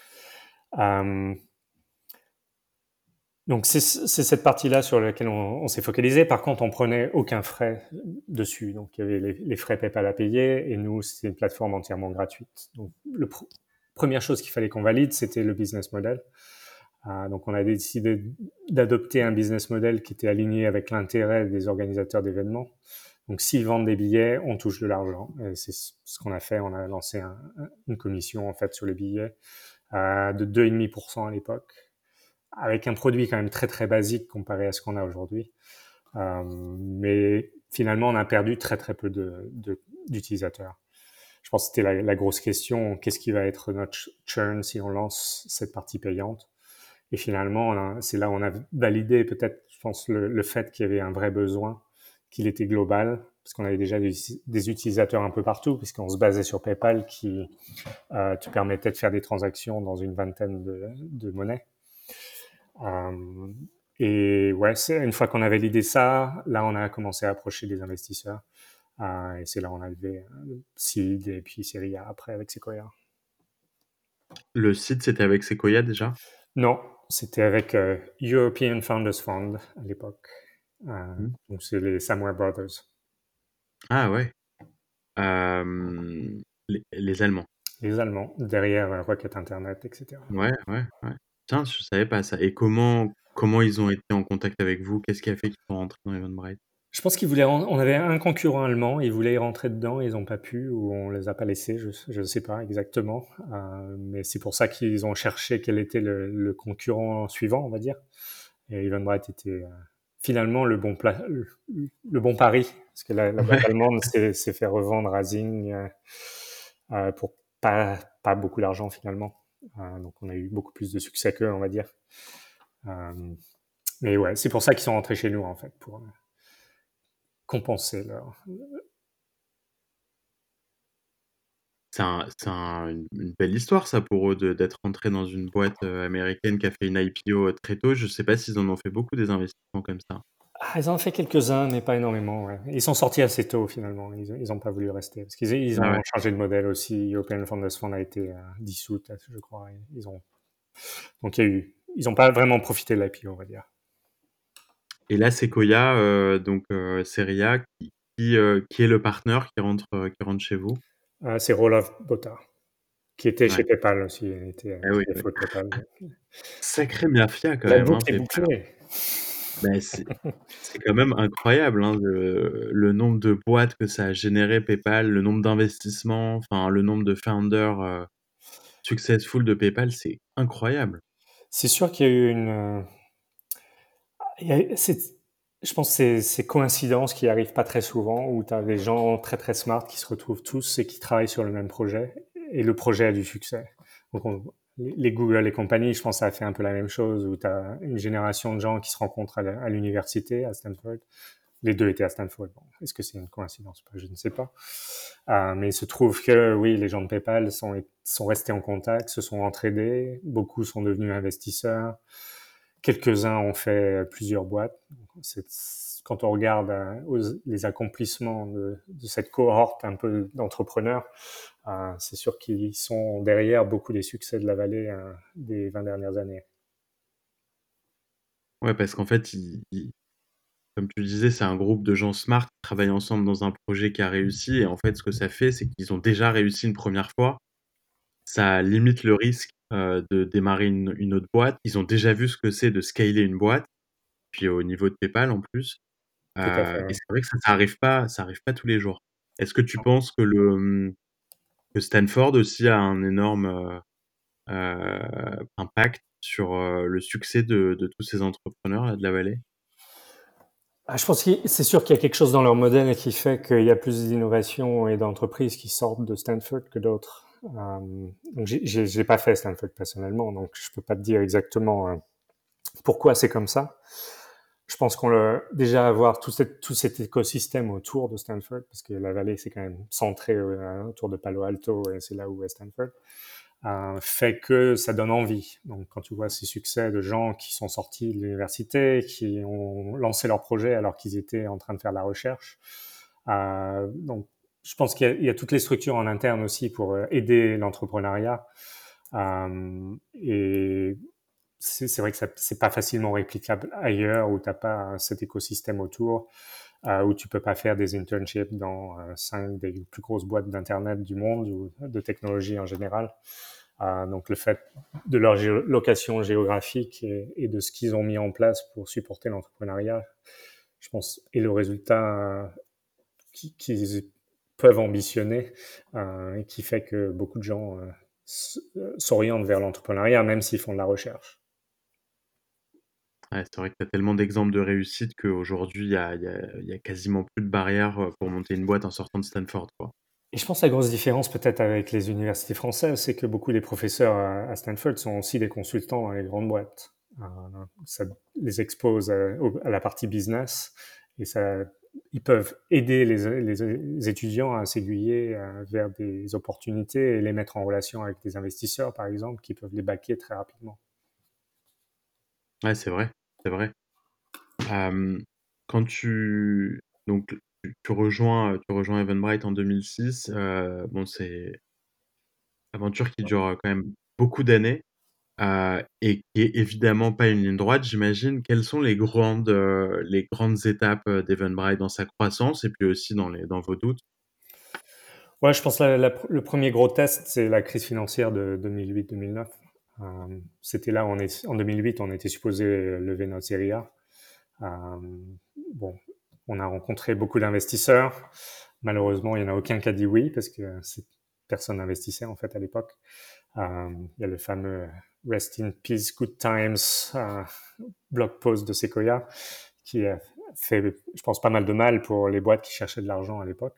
Donc c'est cette partie-là sur laquelle on s'est focalisé. Par contre, on prenait aucun frais dessus. Donc il y avait les frais PayPal à payer et nous, c'était une plateforme entièrement gratuite. Donc première chose qu'il fallait qu'on valide, c'était le business model. Donc on a décidé d'adopter un business model qui était aligné avec l'intérêt des organisateurs d'événements. Donc s'ils vendent des billets, on touche de l'argent. Et c'est ce qu'on a fait. On a lancé une commission en fait sur les billets de 2,5% à l'époque, avec un produit quand même très très basique comparé à ce qu'on a aujourd'hui. Mais finalement, on a perdu très très peu d'utilisateurs. Je pense que c'était la grosse question. Qu'est-ce qui va être notre churn si on lance cette partie payante? Et finalement, c'est là où on a validé peut-être, je pense, le fait qu'il y avait un vrai besoin, qu'il était global, parce qu'on avait déjà des utilisateurs un peu partout, puisqu'on se basait sur PayPal qui te permettait de faire des transactions dans une vingtaine de monnaies. Et ouais, une fois qu'on a validé ça, là, on a commencé à approcher des investisseurs. Et c'est là où on a levé Seed et puis Serie A après avec Sequoia. Le site, c'était avec Sequoia déjà? Non, c'était avec European Founders Fund à l'époque. Donc c'est les Samware Brothers. Ah ouais. Les Allemands. Les Allemands, derrière Rocket Internet, etc. Ouais, ouais, ouais. Tiens, je savais pas ça. Et comment ils ont été en contact avec vous? Qu'est-ce qui a fait qu'ils sont rentrés dans Eventbrite? Je pense qu'ils voulaient. On avait un concurrent allemand, ils voulaient y rentrer dedans, ils n'ont pas pu ou on les a pas laissés, je ne sais pas exactement. Mais c'est pour ça qu'ils ont cherché quel était le concurrent suivant, on va dire. Et Eventbrite était finalement le bon pari, parce que la boîte Ouais. allemande s'est fait revendre à Zing pour pas beaucoup d'argent finalement. Donc on a eu beaucoup plus de succès qu'eux, on va dire. Mais ouais, c'est pour ça qu'ils sont rentrés chez nous en fait, pour compenser leur. Une belle histoire, ça, pour eux, d'être rentrés dans une boîte américaine qui a fait une IPO très tôt. Je sais pas s'ils en ont fait beaucoup des investissements comme ça. Ils en ont fait quelques-uns, mais pas énormément. Ouais. Ils sont sortis assez tôt finalement. Ils ont pas voulu rester parce qu'ils Ah ont ouais. changé de modèle aussi. European Founders Fund a été dissoute, je crois. Donc ils ont pas vraiment profité de l'IPO, on va dire. Et là, Sequoia, Serie A, qui est le partenaire qui rentre chez vous? C'est Roelof Botha, qui était Ouais. chez PayPal aussi. Il était Ah oui, oui. CFO de PayPal. Sacré mafia quand La même, hein, boucle est PayPal. bouclée. Ben, c'est quand même incroyable, hein, le nombre de boîtes que ça a généré PayPal, le nombre d'investissements, enfin le nombre de founders successful de PayPal, c'est incroyable. C'est sûr qu'il y a eu je pense que c'est ces coïncidences qui arrivent pas très souvent, où tu as des gens très très smart qui se retrouvent tous et qui travaillent sur le même projet, et le projet a du succès. Donc les Google et compagnie, je pense que ça a fait un peu la même chose, où tu as une génération de gens qui se rencontrent à l'université, à Stanford. Les deux étaient à Stanford. Bon, est-ce que c'est une coïncidence? Je ne sais pas. Mais il se trouve que oui, les gens de PayPal sont restés en contact, se sont entraidés, beaucoup sont devenus investisseurs. Quelques-uns ont fait plusieurs boîtes. Quand on regarde les accomplissements de cette cohorte un peu d'entrepreneurs, c'est sûr qu'ils sont derrière beaucoup des succès de la vallée des 20 dernières années. Ouais, parce qu'en fait, comme tu le disais, c'est un groupe de gens smart qui travaillent ensemble dans un projet qui a réussi. Et en fait, ce que ça fait, c'est qu'ils ont déjà réussi une première fois. Ça limite le risque de démarrer une autre boîte. Ils ont déjà vu ce que c'est de scaler une boîte, puis au niveau de PayPal en plus. Tout à fait. Et c'est vrai que ça arrive pas tous les jours. Est-ce que tu penses que que Stanford aussi a un énorme impact sur le succès de tous ces entrepreneurs là, de la vallée? Je pense que c'est sûr qu'il y a quelque chose dans leur modèle qui fait qu'il y a plus d'innovations et d'entreprises qui sortent de Stanford que d'autres. Donc j'ai pas fait Stanford personnellement, donc je peux pas te dire exactement pourquoi c'est comme ça. je pense déjà avoir tout cet écosystème autour de Stanford, parce que la vallée, c'est quand même centré autour de Palo Alto, et c'est là où est Stanford, fait que ça donne envie. Donc, quand tu vois ces succès de gens qui sont sortis de l'université, qui ont lancé leur projet alors qu'ils étaient en train de faire de la recherche, donc, je pense qu'il y a toutes les structures en interne aussi pour aider l'entrepreneuriat. Et c'est vrai que c'est pas facilement réplicable ailleurs où t'as pas cet écosystème autour, où tu peux pas faire des internships dans 5 des plus grosses boîtes d'internet du monde ou de technologie en général. Donc le fait de leur location géographique et de ce qu'ils ont mis en place pour supporter l'entrepreneuriat, je pense, est le résultat qu'ils peuvent ambitionner, et qui fait que beaucoup de gens s'orientent vers l'entrepreneuriat, même s'ils font de la recherche. Ouais, c'est vrai que tu as tellement d'exemples de réussite qu'aujourd'hui, il y a quasiment plus de barrières pour monter une boîte en sortant de Stanford, quoi. Et je pense que la grosse différence peut-être avec les universités françaises, c'est que beaucoup des professeurs à Stanford sont aussi des consultants dans les grandes boîtes. Ça les expose à la partie business et ils peuvent aider les étudiants à s'aiguiller vers des opportunités et les mettre en relation avec des investisseurs, par exemple, qui peuvent les backer très rapidement. Ouais, c'est vrai, c'est vrai. Hem, quand donc tu rejoins Eventbrite en 2006, bon, c'est une aventure qui dure, quand même beaucoup d'années, et qui est évidemment pas une ligne droite, j'imagine. Quelles sont les grandes étapes, d'Eventbrite dans sa croissance et puis aussi dans vos doutes? Ouais, je pense que le premier gros test, c'est la crise financière de 2008-2009. C'était là, en 2008, on était supposé lever notre série A. Bon, on a rencontré beaucoup d'investisseurs. Malheureusement, il n'y en a aucun qui a dit oui parce que personne n'investissait en fait à l'époque. Il y a le fameux Rest in Peace, Good Times blog post de Sequoia qui a fait, je pense, pas mal de mal pour les boîtes qui cherchaient de l'argent à l'époque.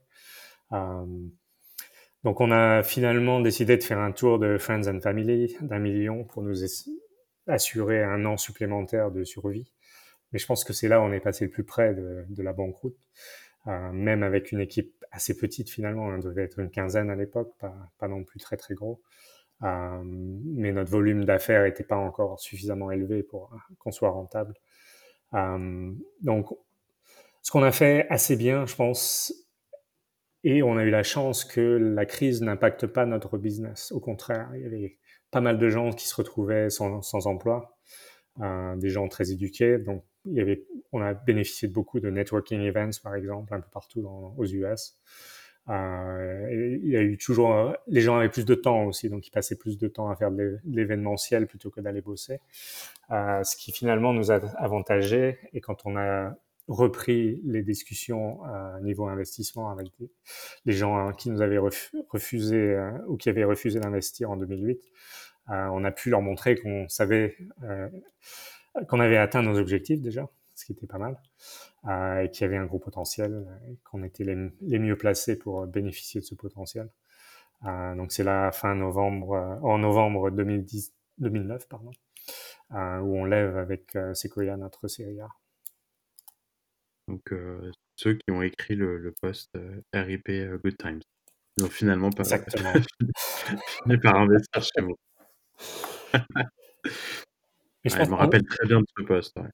Donc, on a finalement décidé de faire un tour de Friends and Family d'1 million pour nous assurer un an supplémentaire de survie. Mais je pense que c'est là où on est passé le plus près de la banqueroute, même avec une équipe assez petite finalement. On devait être une quinzaine à l'époque, pas non plus très très gros. Mais notre volume d'affaires n'était pas encore suffisamment élevé pour qu'on soit rentable. Donc, ce qu'on a fait assez bien, je pense, et on a eu la chance que la crise n'impacte pas notre business. Au contraire, il y avait pas mal de gens qui se retrouvaient sans emploi, des gens très éduqués. Donc, on a bénéficié de beaucoup de networking events, par exemple, un peu partout aux US. Et il y a eu toujours, les gens avaient plus de temps aussi, donc ils passaient plus de temps à faire de l'événementiel plutôt que d'aller bosser. Ce qui finalement nous a avantagé. Et quand on a repris les discussions niveau investissement avec les gens qui nous avaient refusé ou qui avaient refusé d'investir en 2008, on a pu leur montrer qu'on savait qu'on avait atteint nos objectifs déjà, ce qui était pas mal, et qu'il y avait un gros potentiel, et qu'on était les mieux placés pour bénéficier de ce potentiel. Donc c'est la fin novembre, en novembre 2009, pardon, où on lève avec Sequoia notre série A. Donc, ceux qui ont écrit le post, RIP, Good Times. Ils ont finalement pas Exactement. fini par investir chez vous. Mais je Ouais, je pense me rappelle très bien de ce post, ouais.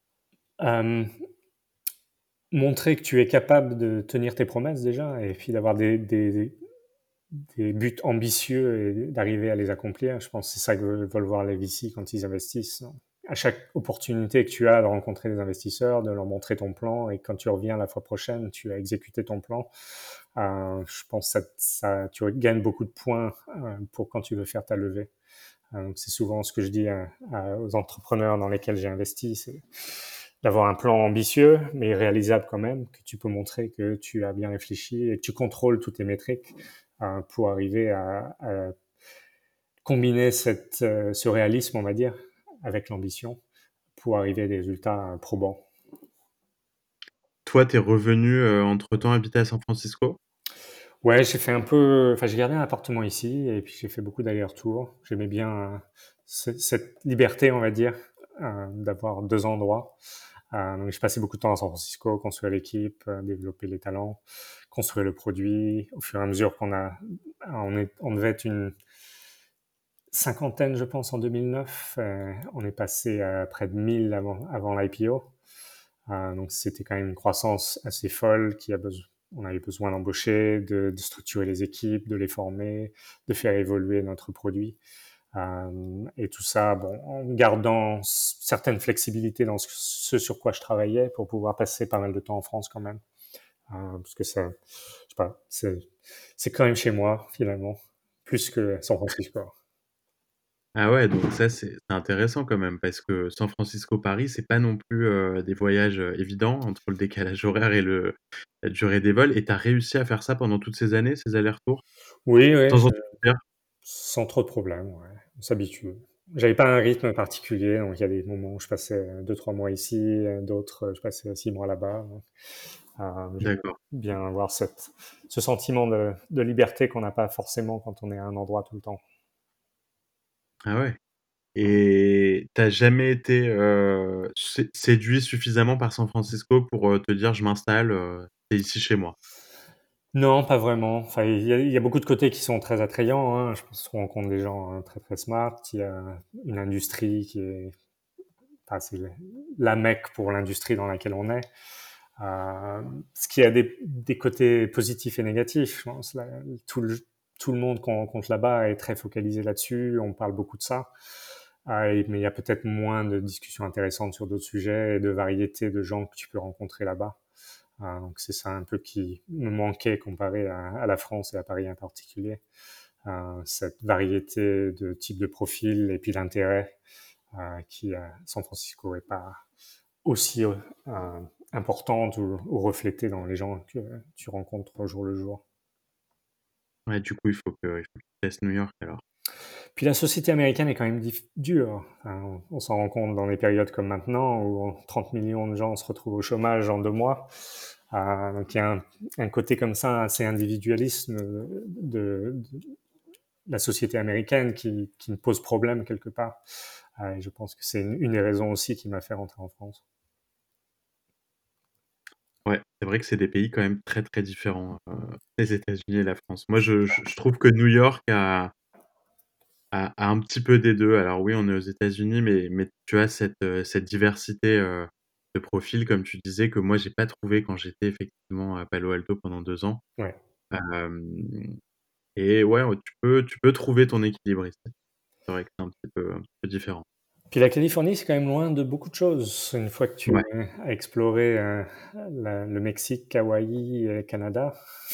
Montrer que tu es capable de tenir tes promesses déjà, et puis d'avoir des buts ambitieux et d'arriver à les accomplir. Je pense que c'est ça que veulent voir les VC quand ils investissent. À chaque opportunité que tu as de rencontrer des investisseurs, de leur montrer ton plan, et quand tu reviens la fois prochaine, tu as exécuté ton plan. Je pense que tu gagnes beaucoup de points pour quand tu veux faire ta levée. C'est souvent ce que je dis aux entrepreneurs dans lesquels j'ai investi, c'est d'avoir un plan ambitieux, mais réalisable quand même, que tu peux montrer que tu as bien réfléchi et que tu contrôles toutes tes métriques pour arriver à combiner ce réalisme, on va dire, avec l'ambition pour arriver à des résultats probants. Toi, tu es revenu, entre-temps habiter à San Francisco? Ouais, j'ai gardé un appartement ici et puis j'ai fait beaucoup d'allers-retours. J'aimais bien cette liberté, on va dire, d'avoir deux endroits. Donc, je passais beaucoup de temps à San Francisco, construire l'équipe, développer les talents, construire le produit. Au fur et à mesure on devait être une cinquantaine, je pense, en 2009. On est passé à près de 1000 avant l'IPO. Donc, c'était quand même une croissance assez folle on avait besoin d'embaucher, de structurer les équipes, de les former, de faire évoluer notre produit. Et tout ça, bon, en gardant certaines flexibilités dans ce sur quoi je travaillais pour pouvoir passer pas mal de temps en France quand même. Parce que ça, je sais pas, c'est quand même chez moi finalement, plus que San Francisco. Ah ouais, donc ça, c'est intéressant quand même, parce que San Francisco-Paris, c'est pas non plus des voyages évidents entre le décalage horaire et la durée des vols. Et tu as réussi à faire ça pendant toutes ces années, ces allers-retours, Oui, oui, sans en faire? sans trop de problèmes, ouais. On s'habitue. J'avais pas un rythme particulier, donc il y a des moments où je passais 2, 3 mois ici, d'autres je passais 6 mois là-bas. J'aime D'accord. bien avoir ce sentiment de liberté qu'on n'a pas forcément quand on est à un endroit tout le temps. Ah ouais. Et t'as jamais été séduit suffisamment par San Francisco pour te dire je m'installe, c'est ici chez moi? Non, pas vraiment. Enfin, il y a beaucoup de côtés qui sont très attrayants, hein. Je pense qu'on rencontre des gens très très smart. Il y a une industrie enfin, c'est la mecque pour l'industrie dans laquelle on est. Ce qui a des côtés positifs et négatifs. Je pense tout le monde qu'on rencontre là-bas est très focalisé là-dessus. On parle beaucoup de ça. Mais il y a peut-être moins de discussions intéressantes sur d'autres sujets et de variété de gens que tu peux rencontrer là-bas. Donc c'est ça un peu qui me manquait comparé à la France et à Paris en particulier. Cette variété de types de profils et puis l'intérêt qui à San Francisco est pas aussi importante ou reflétée dans les gens que tu rencontres au jour le jour. Ouais, du coup, il faut que tu testes New York alors. Puis la société américaine est quand même dure. Enfin, on s'en rend compte dans des périodes comme maintenant où 30 millions de gens se retrouvent au chômage en 2 mois. Donc il y a un côté comme ça assez individualiste de la société américaine qui me pose problème quelque part. Et je pense que c'est une des raisons aussi qui m'a fait rentrer en France. Ouais, c'est vrai que c'est des pays quand même très, très différents, les États-Unis et la France. Moi, je trouve que New York a un petit peu des 2. Alors oui, on est aux États-Unis, mais tu as cette diversité, de profils, comme tu disais, que moi j'ai pas trouvé quand j'étais effectivement à Palo Alto pendant 2 ans. Ouais. Hem Et ouais, tu peux trouver ton équilibre ici. C'est vrai que c'est un petit peu différent. Puis la Californie, c'est quand même loin de beaucoup de choses. Une fois que tu Ouais, as exploré le Mexique, Hawaï, et Canada,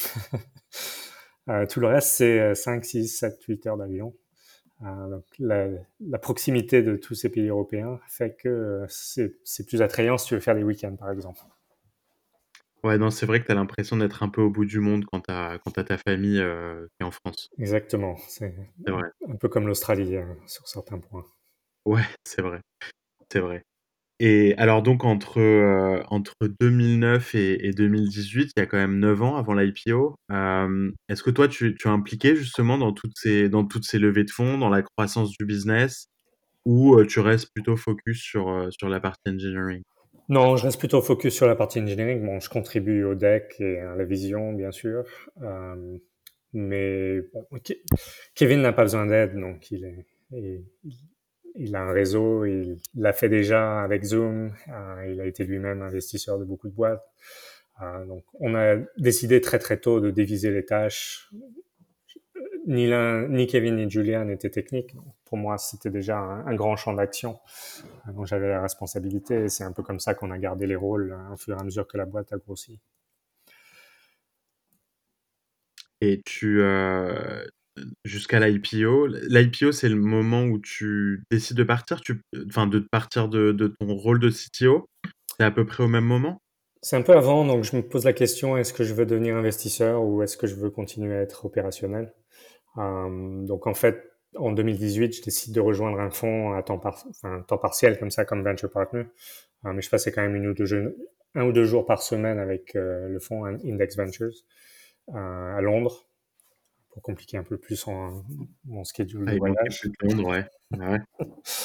tout le reste, c'est 5, 6, 7, 8 heures d'avion. Donc la proximité de tous ces pays européens fait que c'est plus attrayant si tu veux faire des week-ends, par exemple. ouais, non, c'est vrai que tu as l'impression d'être un peu au bout du monde quand tu ta famille, qui est en France. Exactement. C'est C'est vrai. un peu comme l'Australie sur certains points. Ouais, c'est vrai, c'est vrai. Et alors donc entre 2009 et 2018, il y a quand même 9 ans avant l'IPO. Est-ce que toi tu es impliqué justement dans toutes ces levées de fonds, dans la croissance du business ou, tu restes plutôt focus sur la partie engineering? Non, je reste plutôt focus sur la partie engineering. Bon, je contribue au deck et à la vision, bien sûr. Mais bon, Kevin n'a pas besoin d'aide, donc il a un réseau, il l'a fait déjà avec Zoom, il a été lui-même investisseur de beaucoup de boîtes. Donc on a décidé très très tôt de diviser les tâches. Ni Kevin ni Julia n'étaient techniques. Pour moi, c'était déjà un grand champ d'action. Donc j'avais la responsabilité et c'est un peu comme ça qu'on a gardé les rôles au fur et à mesure que la boîte a grossi. Et jusqu'à l'IPO, l'IPO, c'est le moment où tu décides de partir, enfin de partir de ton rôle de CTO? C'est à peu près au même moment? C'est un peu avant, donc je me pose la question, est-ce que je veux devenir investisseur ou est-ce que je veux continuer à être opérationnel? Donc en fait, en 2018, je décide de rejoindre un fonds à temps partiel comme ça, comme venture partner. Mais je passais quand même 1 ou 2 jours par semaine avec le fonds Index Ventures à Londres pour compliquer un peu plus mon schedule Ah, de il manquait voyage. plus que Londres, ouais. Ah ouais.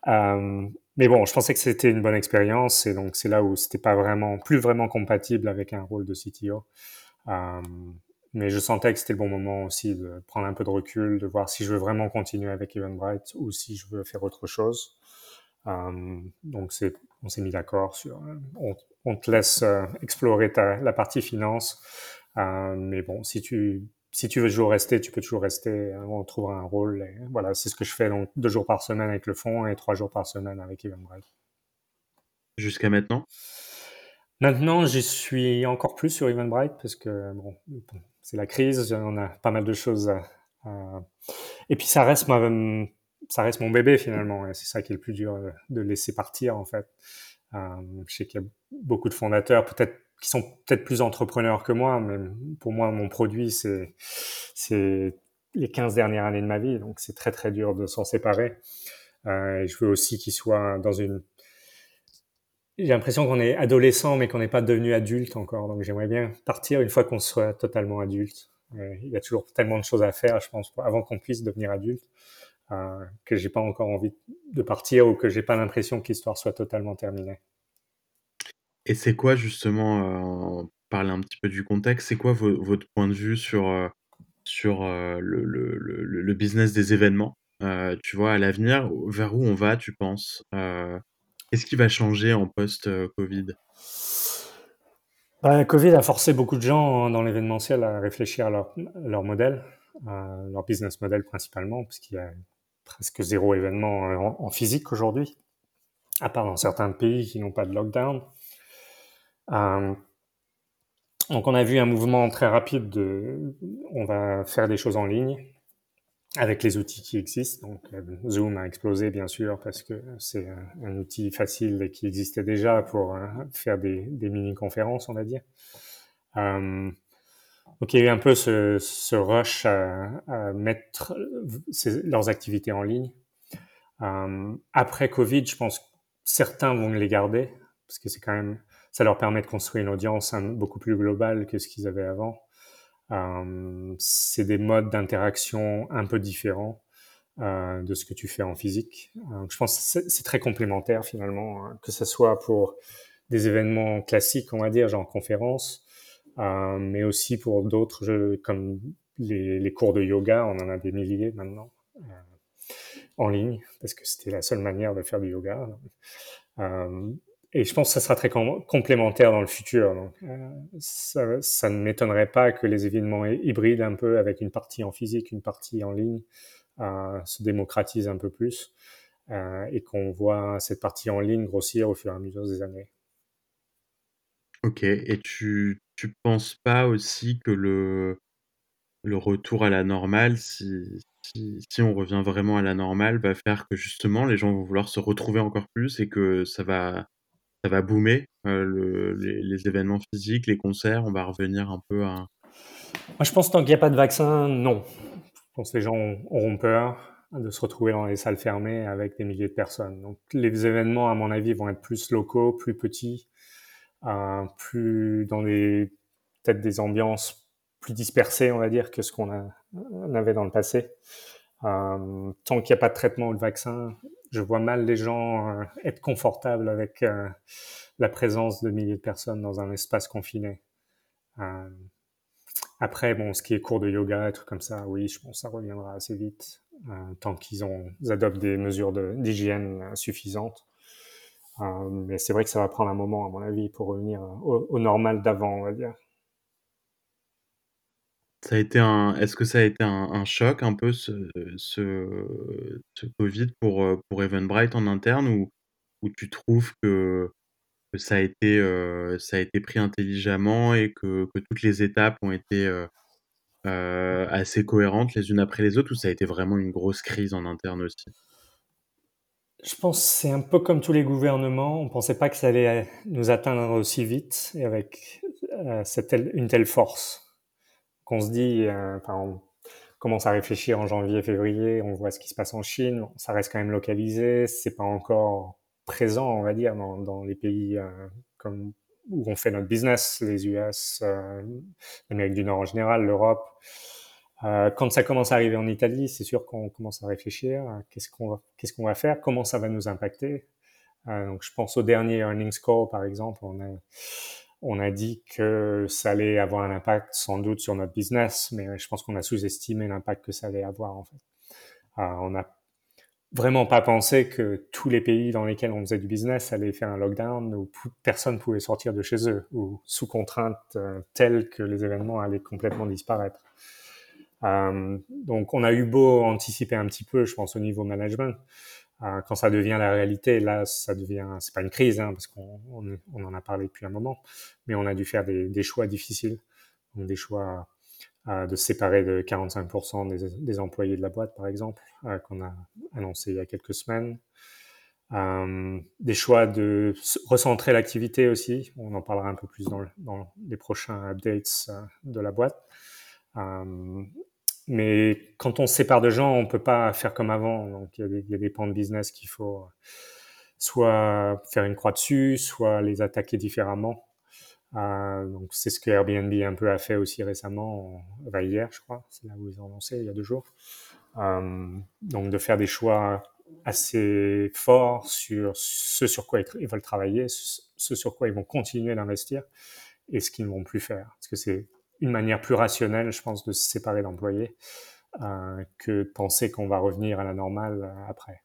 Mais bon, je pensais que c'était une bonne expérience et donc c'est là où c'était pas vraiment, plus vraiment compatible avec un rôle de CTO. Euh, mais je sentais que c'était le bon moment aussi de prendre un peu de recul, de voir si je veux vraiment continuer avec Eventbrite ou si je veux faire autre chose. Donc on s'est mis d'accord sur, on te laisse explorer la partie finance, mais bon, si tu veux toujours rester, tu peux toujours rester. On trouvera un rôle. Et voilà, c'est ce que je fais donc 2 jours par semaine avec le fonds et 3 jours par semaine avec Eventbrite. Jusqu'à maintenant? Maintenant, j'y suis encore plus sur Eventbrite parce que bon, c'est la crise, on a pas mal de choses et puis ça reste mon bébé finalement, et c'est ça qui est le plus dur de laisser partir en fait. Je sais qu'il y a beaucoup de fondateurs peut-être qui sont peut-être plus entrepreneurs que moi, mais pour moi, mon produit, c'est les 15 dernières années de ma vie, donc c'est très très dur de s'en séparer. Et je veux aussi qu'il soit dans une... J'ai l'impression qu'on est adolescent, mais qu'on n'est pas devenu adulte encore, donc j'aimerais bien partir une fois qu'on soit totalement adulte. Il y a toujours tellement de choses à faire, je pense, avant qu'on puisse devenir adulte, que j'ai pas encore envie de partir ou que j'ai pas l'impression que l'histoire soit totalement terminée. Et c'est quoi justement, parler un petit peu du contexte, c'est quoi votre point de vue sur, le business des événements? Tu vois, à l'avenir, vers où on va, tu penses? Qu'est-ce qui va changer en post, Covid? Bah, Covid a forcé beaucoup de gens dans l'événementiel à réfléchir à leur modèle, leur business model principalement, parce qu'il y a presque zéro événement en physique aujourd'hui, à part dans certains pays qui n'ont pas de lockdown. Euh, donc on a vu un mouvement très rapide de on va faire des choses en ligne avec les outils qui existent. Donc Zoom a explosé bien sûr parce que c'est un outil facile et qui existait déjà pour faire des mini-conférences, on va dire. Euh, Donc il y a eu un peu ce rush à mettre leurs activités en ligne. Après Covid, je pense que certains vont les garder parce que c'est quand même, ça leur permet de construire une audience beaucoup plus globale que ce qu'ils avaient avant. C'est des modes d'interaction un peu différents de ce que tu fais en physique. Je pense que c'est très complémentaire finalement, que ce soit pour des événements classiques, on va dire, genre conférences, mais aussi pour d'autres jeux comme les cours de yoga, on en a des milliers maintenant en ligne, parce que c'était la seule manière de faire du yoga. Euh, et je pense que ça sera très complémentaire dans le futur. Donc, ça ne m'étonnerait pas que les événements hybrides un peu avec une partie en physique, une partie en ligne, se démocratisent un peu plus et qu'on voit cette partie en ligne grossir au fur et à mesure des années. OK, et tu penses pas aussi que le retour à la normale, si on revient vraiment à la normale, va faire que justement les gens vont vouloir se retrouver encore plus et que ça va boomer, les événements physiques, les concerts, on va revenir un peu à Moi, je pense que tant qu'il n'y a pas de vaccin, non. Je pense que les gens auront peur de se retrouver dans les salles fermées avec des milliers de personnes. Donc les événements, à mon avis, vont être plus locaux, plus petits, plus dans peut-être des ambiances plus dispersées, on va dire, que ce on avait dans le passé. Tant qu'il n'y a pas de traitement ou de vaccin, je vois mal les gens être confortables avec la présence de milliers de personnes dans un espace confiné. Euh, Après, bon, ce qui est cours de yoga, et trucs comme ça, oui, je pense que ça reviendra assez vite, tant ils adoptent des mesures d'hygiène suffisantes. Mais c'est vrai que ça va prendre un moment, à mon avis, pour revenir au normal d'avant, on va dire. ça a été un est-ce que ça a été un choc un peu ce Covid pour Eventbrite en interne ou tu trouves que ça a été pris intelligemment et que toutes les étapes ont été, assez cohérentes les unes après les autres ou ça a été vraiment une grosse crise en interne aussi? Je pense que c'est un peu comme tous les gouvernements. On pensait pas que ça allait nous atteindre aussi vite et avec une telle force. Qu'on se dit, enfin, on commence à réfléchir en janvier, février, on voit ce qui se passe en Chine. Bon, ça reste quand même localisé, c'est pas encore présent, on va dire, dans les pays comme où on fait notre business, les US, l'Amérique du Nord en général, l'Europe. Quand ça commence à arriver en Italie, c'est sûr qu'on commence à réfléchir à qu'est-ce qu'on va faire, comment ça va nous impacter. Donc, je pense au dernier earnings call, par exemple, on a dit que ça allait avoir un impact sans doute sur notre business, mais je pense qu'on a sous-estimé l'impact que ça allait avoir, en fait. On n'a vraiment pas pensé que tous les pays dans lesquels on faisait du business allaient faire un lockdown où personne pouvait sortir de chez eux, ou sous contraintes telles que les événements allaient complètement disparaître. Donc, on a eu beau anticiper un petit peu, je pense, au niveau management. Quand ça devient la réalité, là, c'est pas une crise, hein, parce qu'on en a parlé depuis un moment, mais on a dû faire des choix difficiles. Donc, des choix de se séparer de 45% des employés de la boîte, par exemple, qu'on a annoncé il y a quelques semaines. Des choix de recentrer l'activité aussi. On en parlera un peu plus dans les prochains updates de la boîte. Mais quand on se sépare de gens, on peut pas faire comme avant. Donc, il y a des pans de business qu'il faut soit faire une croix dessus, soit les attaquer différemment. Donc, c'est ce que Airbnb un peu a fait aussi récemment, hier, je crois. C'est là où ils ont lancé, il y a 2 jours. Donc, de faire des choix assez forts sur ce sur quoi ils veulent travailler, ce sur quoi ils vont continuer d'investir et ce qu'ils ne vont plus faire. Parce que c'est une manière plus rationnelle, je pense, de se séparer d'employés que de penser qu'on va revenir à la normale après.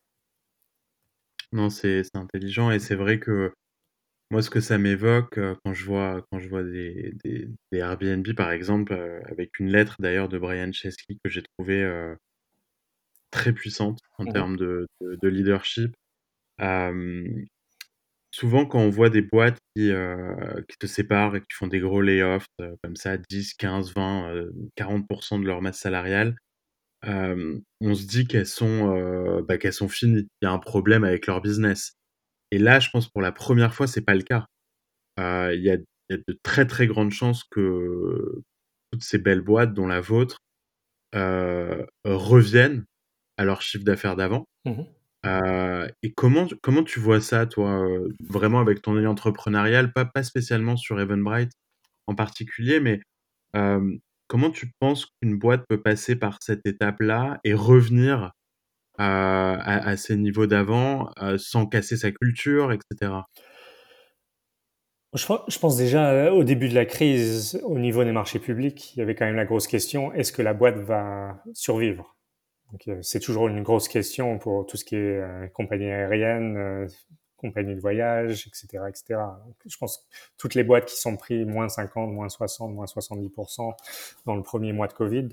Non, c'est intelligent et c'est vrai que moi, ce que ça m'évoque, quand je vois des Airbnb, par exemple, avec une lettre d'ailleurs de Brian Chesky que j'ai trouvée, très puissante en Mhm. termes de leadership. Hem, Souvent quand on voit des boîtes qui se séparent et qui font des gros layoffs, comme ça 10, 15, 20, 40 de leur masse salariale, on se dit qu'elles sont finies. Il y a un problème avec leur business et là, je pense pour la première fois, c'est pas le cas. Il y a de très, très grandes chances que toutes ces belles boîtes, dont la vôtre, reviennent à leur chiffre d'affaires d'avant. Mhm. Et comment tu vois ça, toi, vraiment avec ton œil entrepreneurial, pas spécialement sur Eventbrite en particulier, mais comment tu penses qu'une boîte peut passer par cette étape-là et revenir à ses niveaux d'avant, sans casser sa culture, et cetera? Je pense déjà au début de la crise, au niveau des marchés publics, il y avait quand même la grosse question, est-ce que la boîte va survivre? Donc, c'est toujours une grosse question pour tout ce qui est compagnie aérienne, compagnie de voyage, etc., etc. Donc, je pense que toutes les boîtes qui sont pris moins 50, moins 60, moins 70% dans le premier mois de Covid,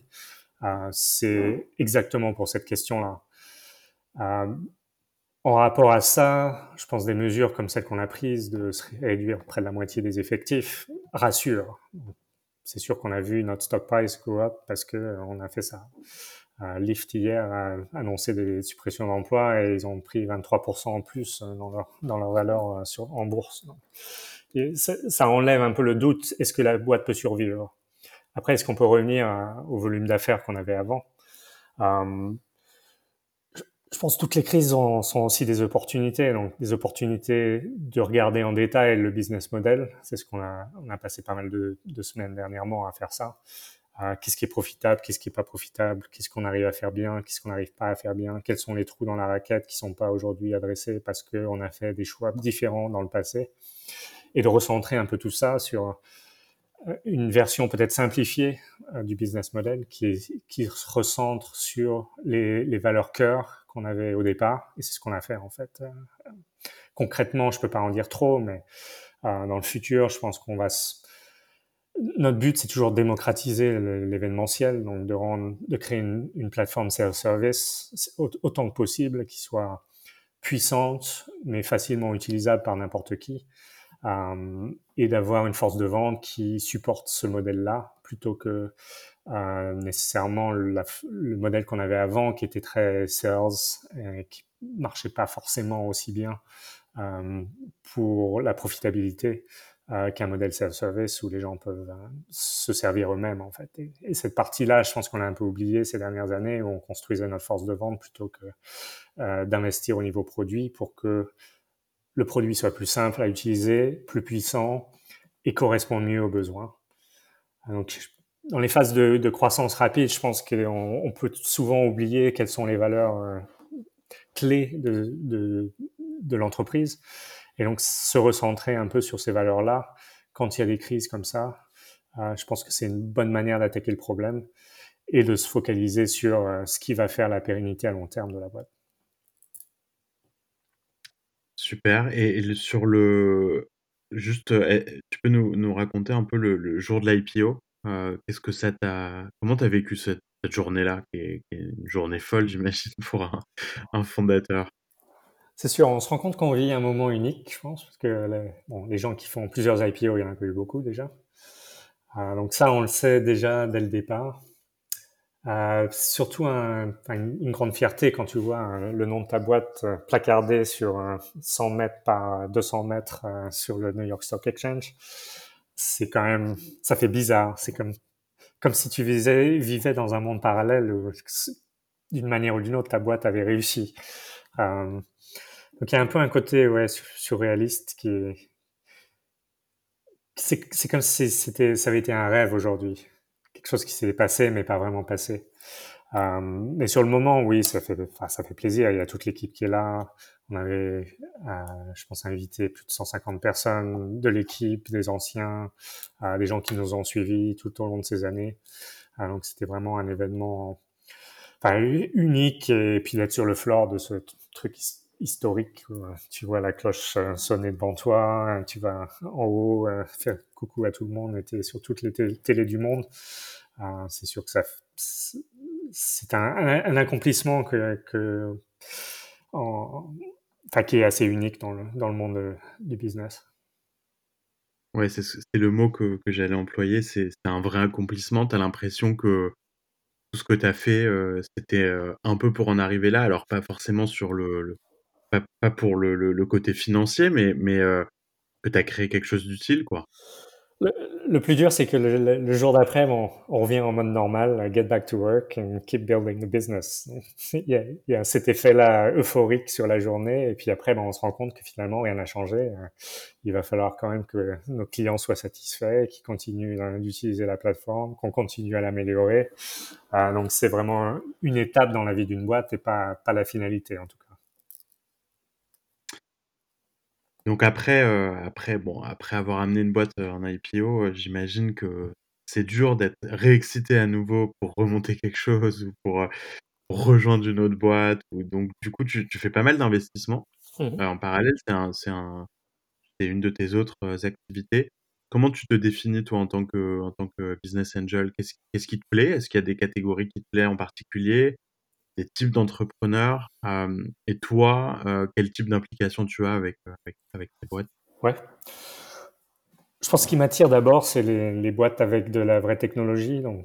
c'est exactement pour cette question-là. Euh, En rapport à ça, je pense des mesures comme celles qu'on a prises de se réduire près de la moitié des effectifs rassurent. C'est sûr qu'on a vu notre stock price go up parce que on a fait ça. Lyft hier a annoncé des suppressions d'emplois et ils ont pris 23% en plus dans leur valeur en bourse. Donc, et ça enlève un peu le doute. Est-ce que la boîte peut survivre? Après, est-ce qu'on peut revenir au volume d'affaires qu'on avait avant? Euh, Je pense que toutes les crises sont aussi des opportunités, donc des opportunités de regarder en détail le business model. C'est ce on a passé pas mal de semaines dernièrement à faire ça. Qu'est-ce qui est profitable, qu'est-ce qui est pas profitable, qu'est-ce qu'on arrive à faire bien, qu'est-ce qu'on n'arrive pas à faire bien, quels sont les trous dans la raquette qui sont pas aujourd'hui adressés parce qu'on a fait des choix différents dans le passé, et de recentrer un peu tout ça sur une version peut-être simplifiée du business model qui se recentre sur les valeurs cœur qu'on avait au départ. Et c'est ce qu'on a fait en fait. Concrètement, je peux pas en dire trop, mais dans le futur, je pense qu'on va notre but, c'est toujours de démocratiser l'événementiel, donc de créer une plateforme self-service autant que possible, qui soit puissante, mais facilement utilisable par n'importe qui, et d'avoir une force de vente qui supporte ce modèle-là, plutôt que nécessairement le modèle qu'on avait avant, qui était très sales, et qui marchait pas forcément aussi bien euh, pour la profitabilité qu'un modèle self-service où les gens peuvent se servir eux-mêmes en fait. Et cette partie-là, je pense qu'on l'a un peu oublié ces dernières années, où on construisait notre force de vente plutôt que d'investir au niveau produit pour que le produit soit plus simple à utiliser, plus puissant et correspond mieux aux besoins. Donc, dans les phases de croissance rapide, je pense qu'on peut souvent oublier quelles sont les valeurs clés de l'entreprise. Et donc, se recentrer un peu sur ces valeurs-là quand il y a des crises comme ça, je pense que c'est une bonne manière d'attaquer le problème et de se focaliser sur ce qui va faire la pérennité à long terme de la boîte. Super. Et sur le juste, tu peux nous raconter un peu le jour de l'IPO? Qu'est-ce que ça t'a comment tu as vécu cette journée-là qui est une journée folle, j'imagine, pour un fondateur? C'est sûr, on se rend compte qu'on vit un moment unique, je pense, parce que les gens qui font plusieurs IPO, il y en a pas eu beaucoup déjà. Donc ça, on le sait déjà dès le départ. Surtout une grande fierté quand tu vois le nom de ta boîte placardé sur 100 mètres par 200 mètres sur le New York Stock Exchange. C'est quand même, ça fait bizarre. C'est comme si tu vivais dans un monde parallèle où, d'une manière ou d'une autre, ta boîte avait réussi. Donc il y a un peu un côté surréaliste c'est comme si ça avait été un rêve aujourd'hui, quelque chose qui s'est passé mais pas vraiment passé. Mais sur le moment, oui, ça fait plaisir. Il y a toute l'équipe qui est là. On avait, je pense, invité plus de 150 personnes de l'équipe, des anciens, des gens qui nous ont suivis tout au long de ces années. Donc c'était vraiment un événement unique, et puis d'être sur le floor de ce truc historique où tu vois la cloche sonner devant toi, tu vas en haut faire coucou à tout le monde, et t'es sur toutes les télés du monde. C'est sûr que c'est un accomplissement qui est assez unique dans le monde du business. Ouais, c'est le mot que j'allais employer, c'est un vrai accomplissement. Tu as l'impression que tout ce que tu as fait, c'était, un peu pour en arriver là. Alors pas forcément sur pas pour le côté financier, mais que tu as créé quelque chose d'utile, quoi. Le, le plus dur, c'est que le jour d'après, on revient en mode normal, get back to work and keep building the business. Il y a cet effet-là euphorique sur la journée, et puis après, on se rend compte que finalement, rien n'a changé. Il va falloir quand même que nos clients soient satisfaits, qu'ils continuent d'utiliser la plateforme, qu'on continue à l'améliorer. Donc, c'est vraiment une étape dans la vie d'une boîte et pas la finalité, en tout cas. Donc après avoir amené une boîte, en IPO, j'imagine que c'est dur d'être réexcité à nouveau pour remonter quelque chose ou pour rejoindre une autre boîte ou donc du coup tu fais pas mal d'investissements, Mhm. en parallèle, c'est une de tes autres, activités. Comment tu te définis toi en tant que business angel? Qu'est-ce qui te plaît? Est-ce qu'il y a des catégories qui te plaisent en particulier? Des types d'entrepreneurs? Et toi, quel type d'implication tu as avec tes boîtes? Ouais. Je pense ce qui m'attire d'abord, c'est les boîtes avec de la vraie technologie. Donc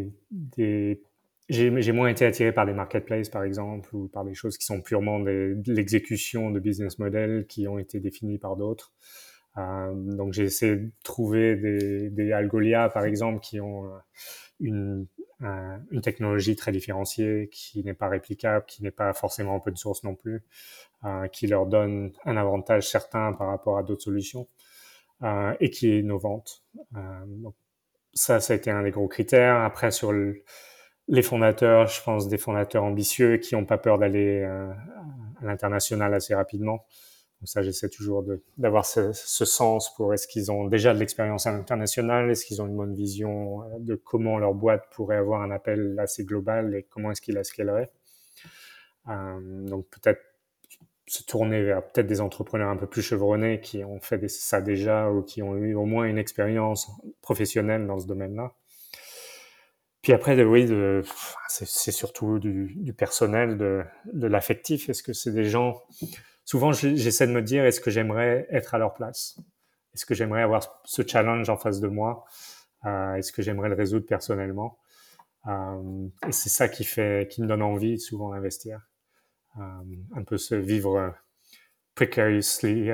j'ai moins été attiré par des marketplaces, par exemple, ou par des choses qui sont purement de l'exécution de business models qui ont été définis par d'autres. Donc j'ai essayé de trouver des Algolia, par exemple, qui ont une, une technologie très différenciée, qui n'est pas réplicable, qui n'est pas forcément open source non plus, qui leur donne un avantage certain par rapport à d'autres solutions. Et qui est innovante. Donc ça a été un des gros critères. Après, sur les fondateurs, je pense des fondateurs ambitieux qui n'ont pas peur d'aller à l'international assez rapidement. Donc ça, j'essaie toujours d'avoir ce sens pour est-ce qu'ils ont déjà de l'expérience à l'international, est-ce qu'ils ont une bonne vision de comment leur boîte pourrait avoir un appel assez global et comment est-ce qu'ils la scaleraient. Donc peut-être se tourner vers peut-être des entrepreneurs un peu plus chevronnés qui ont fait ça déjà ou qui ont eu au moins une expérience professionnelle dans ce domaine-là. Puis après, c'est surtout du personnel, de l'affectif. Est-ce que c'est des gens... Souvent, j'essaie de me dire, est-ce que j'aimerais être à leur place? Est-ce que j'aimerais avoir ce challenge en face de moi? Est-ce que j'aimerais le résoudre personnellement? Et c'est ça qui me donne envie souvent d'investir. Un peu se vivre precariously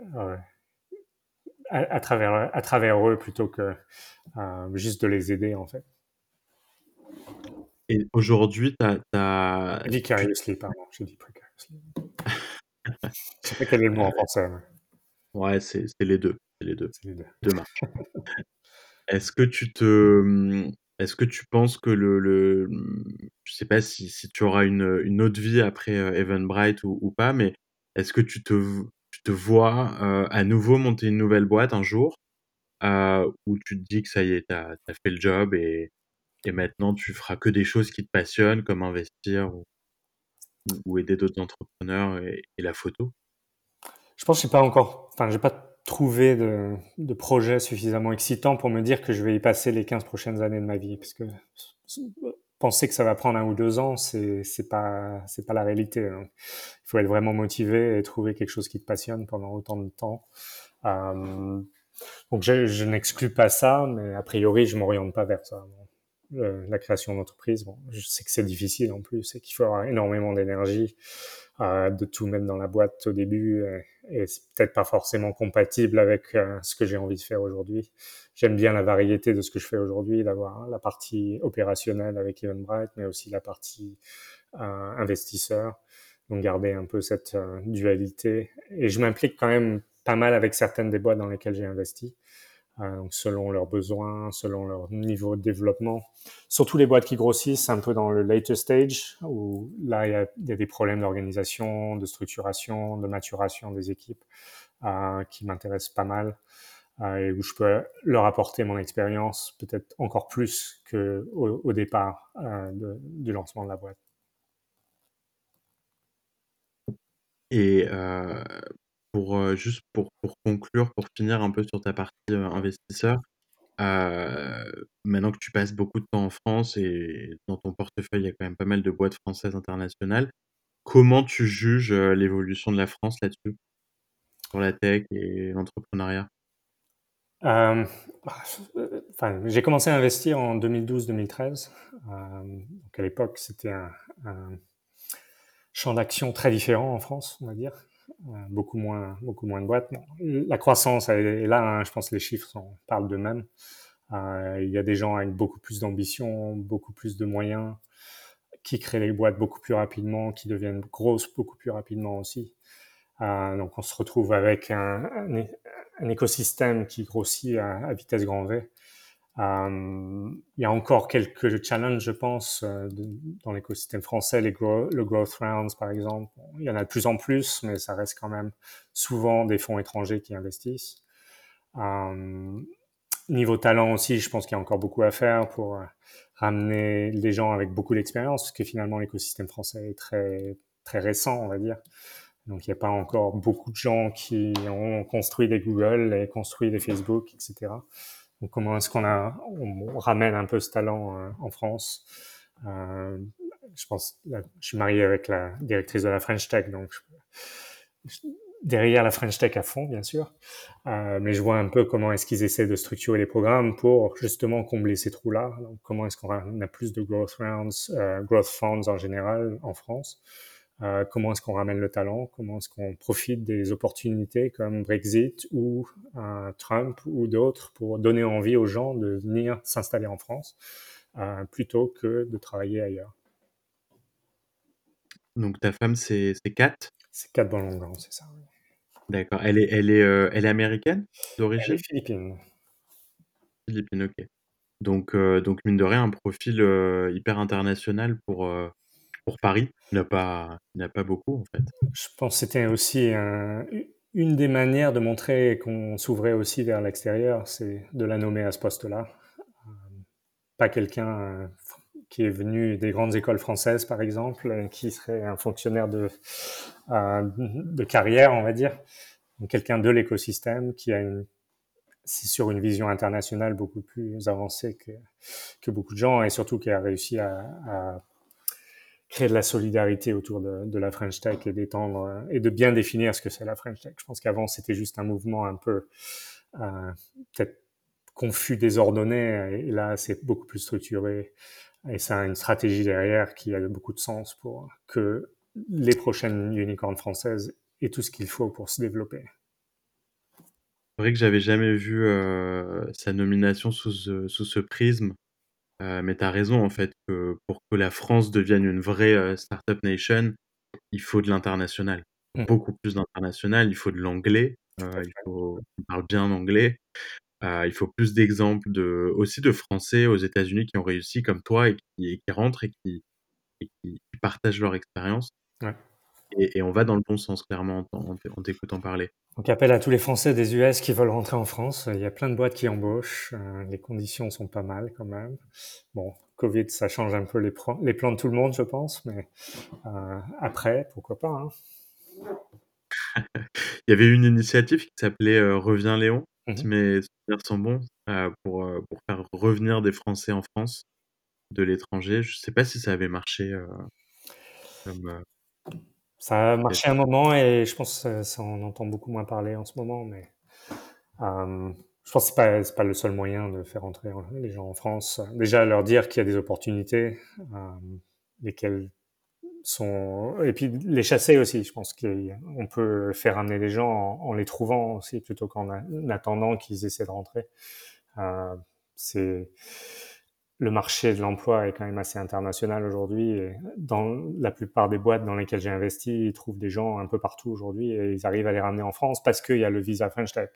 à travers eux plutôt que juste de les aider en fait. Et aujourd'hui, t'as tu Vicariously, pardon, j'ai dit precariously. Je sais pas quel est le mot en français, mais ouais, c'est les 2, c'est les 2, c'est les deux. 2 marches. Est-ce que Est-ce que tu penses que je sais pas si tu auras une autre vie après, Eventbrite ou pas, mais est-ce que tu te vois, à nouveau monter une nouvelle boîte un jour, où tu te dis que ça y est, tu as fait le job et maintenant tu feras que des choses qui te passionnent comme investir ou aider d'autres entrepreneurs et la photo? Je pense que j'ai pas trouvé de projet suffisamment excitant pour me dire que je vais y passer les 15 prochaines années de ma vie, parce que penser que ça va prendre 1 ou 2 ans, c'est pas la réalité, hein. Il faut être vraiment motivé et trouver quelque chose qui te passionne pendant autant de temps. Euh, donc je n'exclus pas ça, mais a priori, je m'oriente pas vers ça. La création d'entreprise, bon, je sais que c'est difficile en plus et qu'il faut avoir énormément d'énergie, de tout mettre dans la boîte au début, et c'est peut-être pas forcément compatible avec ce que j'ai envie de faire aujourd'hui. J'aime bien la variété de ce que je fais aujourd'hui, d'avoir la partie opérationnelle avec Eventbrite, mais aussi la partie investisseur. Donc garder un peu cette dualité. Et je m'implique quand même pas mal avec certaines des boîtes dans lesquelles j'ai investi, donc selon leurs besoins, selon leur niveau de développement. Surtout les boîtes qui grossissent un peu dans le later stage, où là, il y a des problèmes d'organisation, de structuration, de maturation des équipes, qui m'intéressent pas mal, et où je peux leur apporter mon expérience peut-être encore plus qu'au départ du lancement de la boîte. Et juste pour conclure, pour finir un peu sur ta partie, investisseur, maintenant que tu passes beaucoup de temps en France et dans ton portefeuille, il y a quand même pas mal de boîtes françaises internationales, comment tu juges, l'évolution de la France là-dessus? Sur la tech et l'entrepreneuriat? Euh, enfin, j'ai commencé à investir en 2012-2013. Donc à l'époque, c'était un champ d'action très différent en France, on va dire. Beaucoup moins de boîtes. Bon, la croissance est là, hein, je pense que les chiffres parlent d'eux-mêmes. Il y a des gens avec beaucoup plus d'ambition, beaucoup plus de moyens, qui créent les boîtes beaucoup plus rapidement, qui deviennent grosses beaucoup plus rapidement aussi. Donc on se retrouve avec un écosystème qui grossit à vitesse grand V. Il y a encore quelques challenges, je pense, dans l'écosystème français, le Growth Rounds, par exemple. Bon, il y en a de plus en plus, mais ça reste quand même souvent des fonds étrangers qui investissent. Euh, Niveau talent aussi, je pense qu'il y a encore beaucoup à faire pour ramener des gens avec beaucoup d'expérience, parce que finalement, l'écosystème français est très récent, on va dire. Donc, il n'y a pas encore beaucoup de gens qui ont construit des Google et construit des Facebook, etc. Donc, comment est-ce on ramène un peu ce talent en France? Je pense, là, je suis marié avec la directrice de la French Tech, donc derrière la French Tech à fond, bien sûr. Mais je vois un peu comment est-ce qu'ils essaient de structurer les programmes pour justement combler ces trous-là. Donc, comment est-ce qu'on a plus de growth rounds, growth funds en général en France? Comment est-ce qu'on ramène le talent? Comment est-ce qu'on profite des opportunités comme Brexit ou Trump ou d'autres pour donner envie aux gens de venir s'installer en France, plutôt que de travailler ailleurs? Donc ta femme, c'est Kat? C'est 4 Bolongan, c'est ça. Oui. D'accord. Elle est américaine Elle est d'origine? philippine. Philippine, OK. Donc mine de rien, un profil, hyper international pour Paris. Il n'y en a pas beaucoup, en fait. Je pense que c'était aussi une des manières de montrer qu'on s'ouvrait aussi vers l'extérieur, c'est de la nommer à ce poste-là. Euh, Pas quelqu'un qui est venu des grandes écoles françaises, par exemple, qui serait un fonctionnaire de carrière, on va dire. Donc, quelqu'un de l'écosystème qui a c'est sur une vision internationale beaucoup plus avancée que beaucoup de gens, et surtout qui a réussi à créer de la solidarité autour de la French Tech et d'étendre et de bien définir ce que c'est la French Tech. Je pense qu'avant, c'était juste un mouvement un peu peut-être confus, désordonné, et là, c'est beaucoup plus structuré, et ça a une stratégie derrière qui a beaucoup de sens pour que les prochaines unicorns françaises aient tout ce qu'il faut pour se développer. C'est vrai que j'avais jamais vu, sa nomination sous ce prisme, mais tu as raison, en fait, que pour que la France devienne une vraie, startup nation, il faut de l'international. Mmh, Beaucoup plus d'international, il faut de l'anglais, il faut qu'on parle bien anglais. Il faut plus d'exemples aussi de Français aux États-Unis qui ont réussi comme toi et qui rentrent et qui partagent leur expérience. Ouais. Et on va dans le bon sens, clairement, en t'écoutant parler. Donc appel à tous les Français des US qui veulent rentrer en France. Il y a plein de boîtes qui embauchent. Les conditions sont pas mal quand même. Bon, Covid, ça change un peu les plans de tout le monde, je pense, mais après, pourquoi pas, hein. Il y avait une initiative qui s'appelait Reviens Léon, si Mhm. mes souvenirs sont bons, pour faire revenir des Français en France de l'étranger. Je sais pas si ça avait marché comme Ça a marché un initiative. moment et je pense que ça on entend beaucoup moins parler en ce moment, mais je pense que c'est pas le seul moyen de faire entrer les gens en France. Déjà, leur dire qu'il y a des opportunités, lesquelles sont... Et puis les chasser aussi, je pense qu'on peut faire amener les gens en les trouvant aussi, plutôt qu'en attendant qu'ils essaient de rentrer. Euh, c'est... Le marché de l'emploi est quand même assez international aujourd'hui. Et dans la plupart des boîtes dans lesquelles j'ai investi, ils trouvent des gens un peu partout aujourd'hui et ils arrivent à les ramener en France parce qu'il y a le visa French Tech.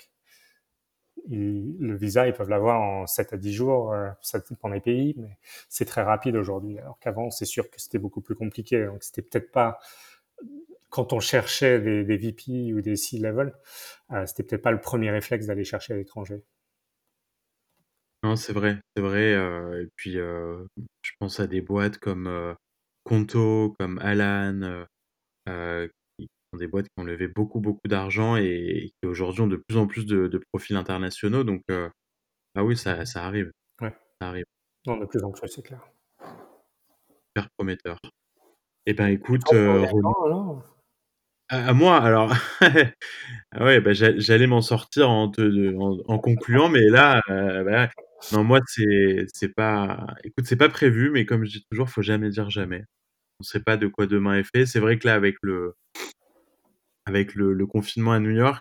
Le visa, ils peuvent l'avoir en 7 à 10 jours, ça dépend des pays, mais c'est très rapide aujourd'hui. Alors qu'avant, c'est sûr que c'était beaucoup plus compliqué. Donc, c'était peut-être pas, quand on cherchait des VP ou des C-level, c'était peut-être pas le premier réflexe d'aller chercher à l'étranger. Non, c'est vrai, et puis, je pense à des boîtes comme, Conto, comme Alan, qui sont des boîtes qui ont levé beaucoup, beaucoup d'argent et qui aujourd'hui ont de plus en plus de profils internationaux donc ah oui, ça arrive, Ouais. ça arrive. Non, de plus en plus, c'est clair. Super prometteur. Et ben, Et écoute, toi, ça revient Renaud, quand, alors? à moi, alors ah ouais, bah, j'allais m'en sortir en concluant, mais là, bah, non, moi, c'est pas écoute, c'est pas prévu, mais comme je dis toujours, faut jamais dire jamais. On sait pas de quoi demain est fait. C'est vrai que là, avec le confinement à New York,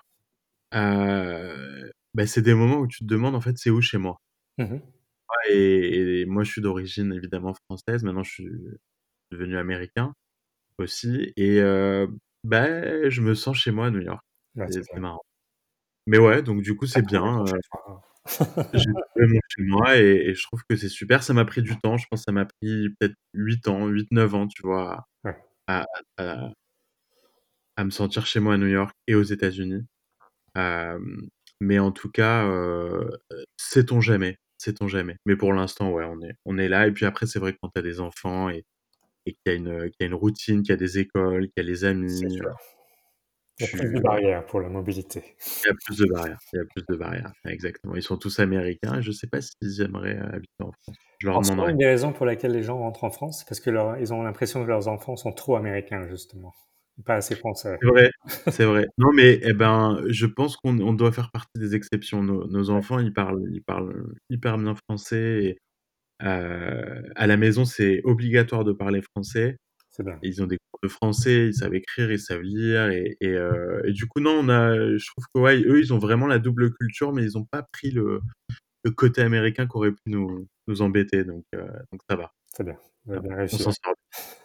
bah, c'est des moments où tu te demandes, en fait, c'est où chez moi? Mhm. Et moi, je suis d'origine évidemment française. Maintenant, je suis devenu américain aussi et bah, je me sens chez moi à New York. Ouais, c'est C'est clair. marrant. Mais ouais, donc du coup, T'as c'est trouvé ton bien, chez toi. j'ai trouvé mon chez moi et je trouve que c'est super. Ça m'a pris du temps. Je pense que ça m'a pris peut-être 8 ans, 8-9 ans, tu vois, Ouais, à à à me sentir chez moi à New York et aux États-Unis. Hem, mais en tout cas, sait-on jamais, sait-on jamais. Mais pour l'instant, ouais, on est là et puis après, c'est vrai que quand tu as des enfants et qu'il y a une routine, qu'il y a des écoles, qu'il y a les c'est amis, sûr. Il y a plus de tu barrières pour la mobilité. il y a plus de barrières, il y a plus de barrières, exactement. Ils sont tous américains et je sais pas s'ils aimeraient, habiter en France. Je leur En ce moment, demanderai. une des raisons pour laquelle les gens rentrent en France, c'est parce que ils ont l'impression que leurs enfants sont trop américains, justement. Pas assez français. C'est vrai, c'est vrai. Non, mais eh ben, je pense qu'on doit faire partie des exceptions. Nos Ouais, enfants, ils parlent hyper bien français et à la maison, c'est obligatoire de parler français. c'est bien. Ils ont des cours de français, ils savent écrire, ils savent lire et du coup, non, je trouve que, ouais, eux, ils ont vraiment la double culture, mais ils ont pas pris le côté américain qui aurait pu nous embêter donc ça va, C'est bien. Vous ça avez va. bien On réussi. s'en sort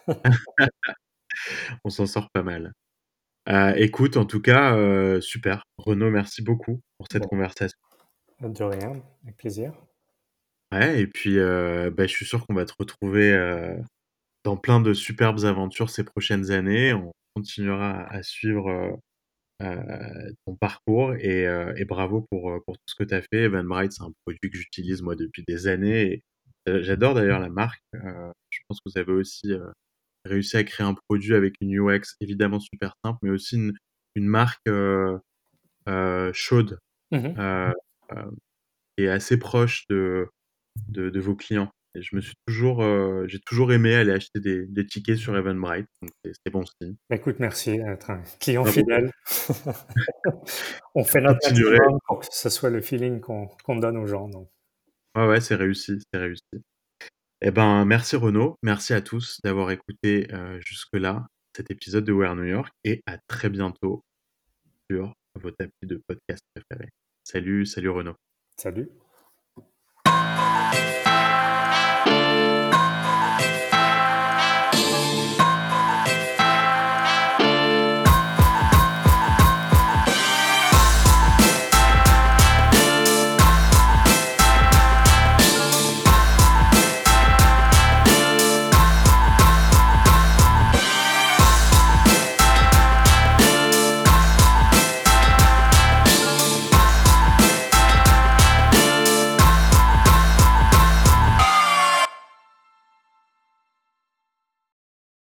on s'en sort pas mal. Écoute, en tout cas, super. Renaud, merci beaucoup pour cette Bon, conversation. de rien, avec plaisir. Ouais et puis, bah, je suis sûr qu'on va te retrouver, dans plein de superbes aventures ces prochaines années. On continuera à suivre, ton parcours et bravo pour tout ce que tu as fait. Eventbrite, c'est un produit que j'utilise moi depuis des années et j'adore d'ailleurs la marque. Je pense que vous avez aussi, réussi à créer un produit avec une UX évidemment super simple, mais aussi une marque, chaude, Mhm. heu, heu, et assez proche de vos clients et j'ai toujours aimé aller acheter des tickets sur Eventbrite, donc c'est bon signe. Écoute, merci d'être un client Bravo pour fidèle. On je fait notre continuerai. maximum pour que ce soit le feeling qu'on donne aux gens. Donc. Ouais, ouais, c'est réussi, c'est réussi. Eh ben, merci Renaud, merci à tous d'avoir écouté, jusque-là cet épisode de Wear New York et à très bientôt sur vos applis de podcast préférés. Salut, salut Renaud. Salut.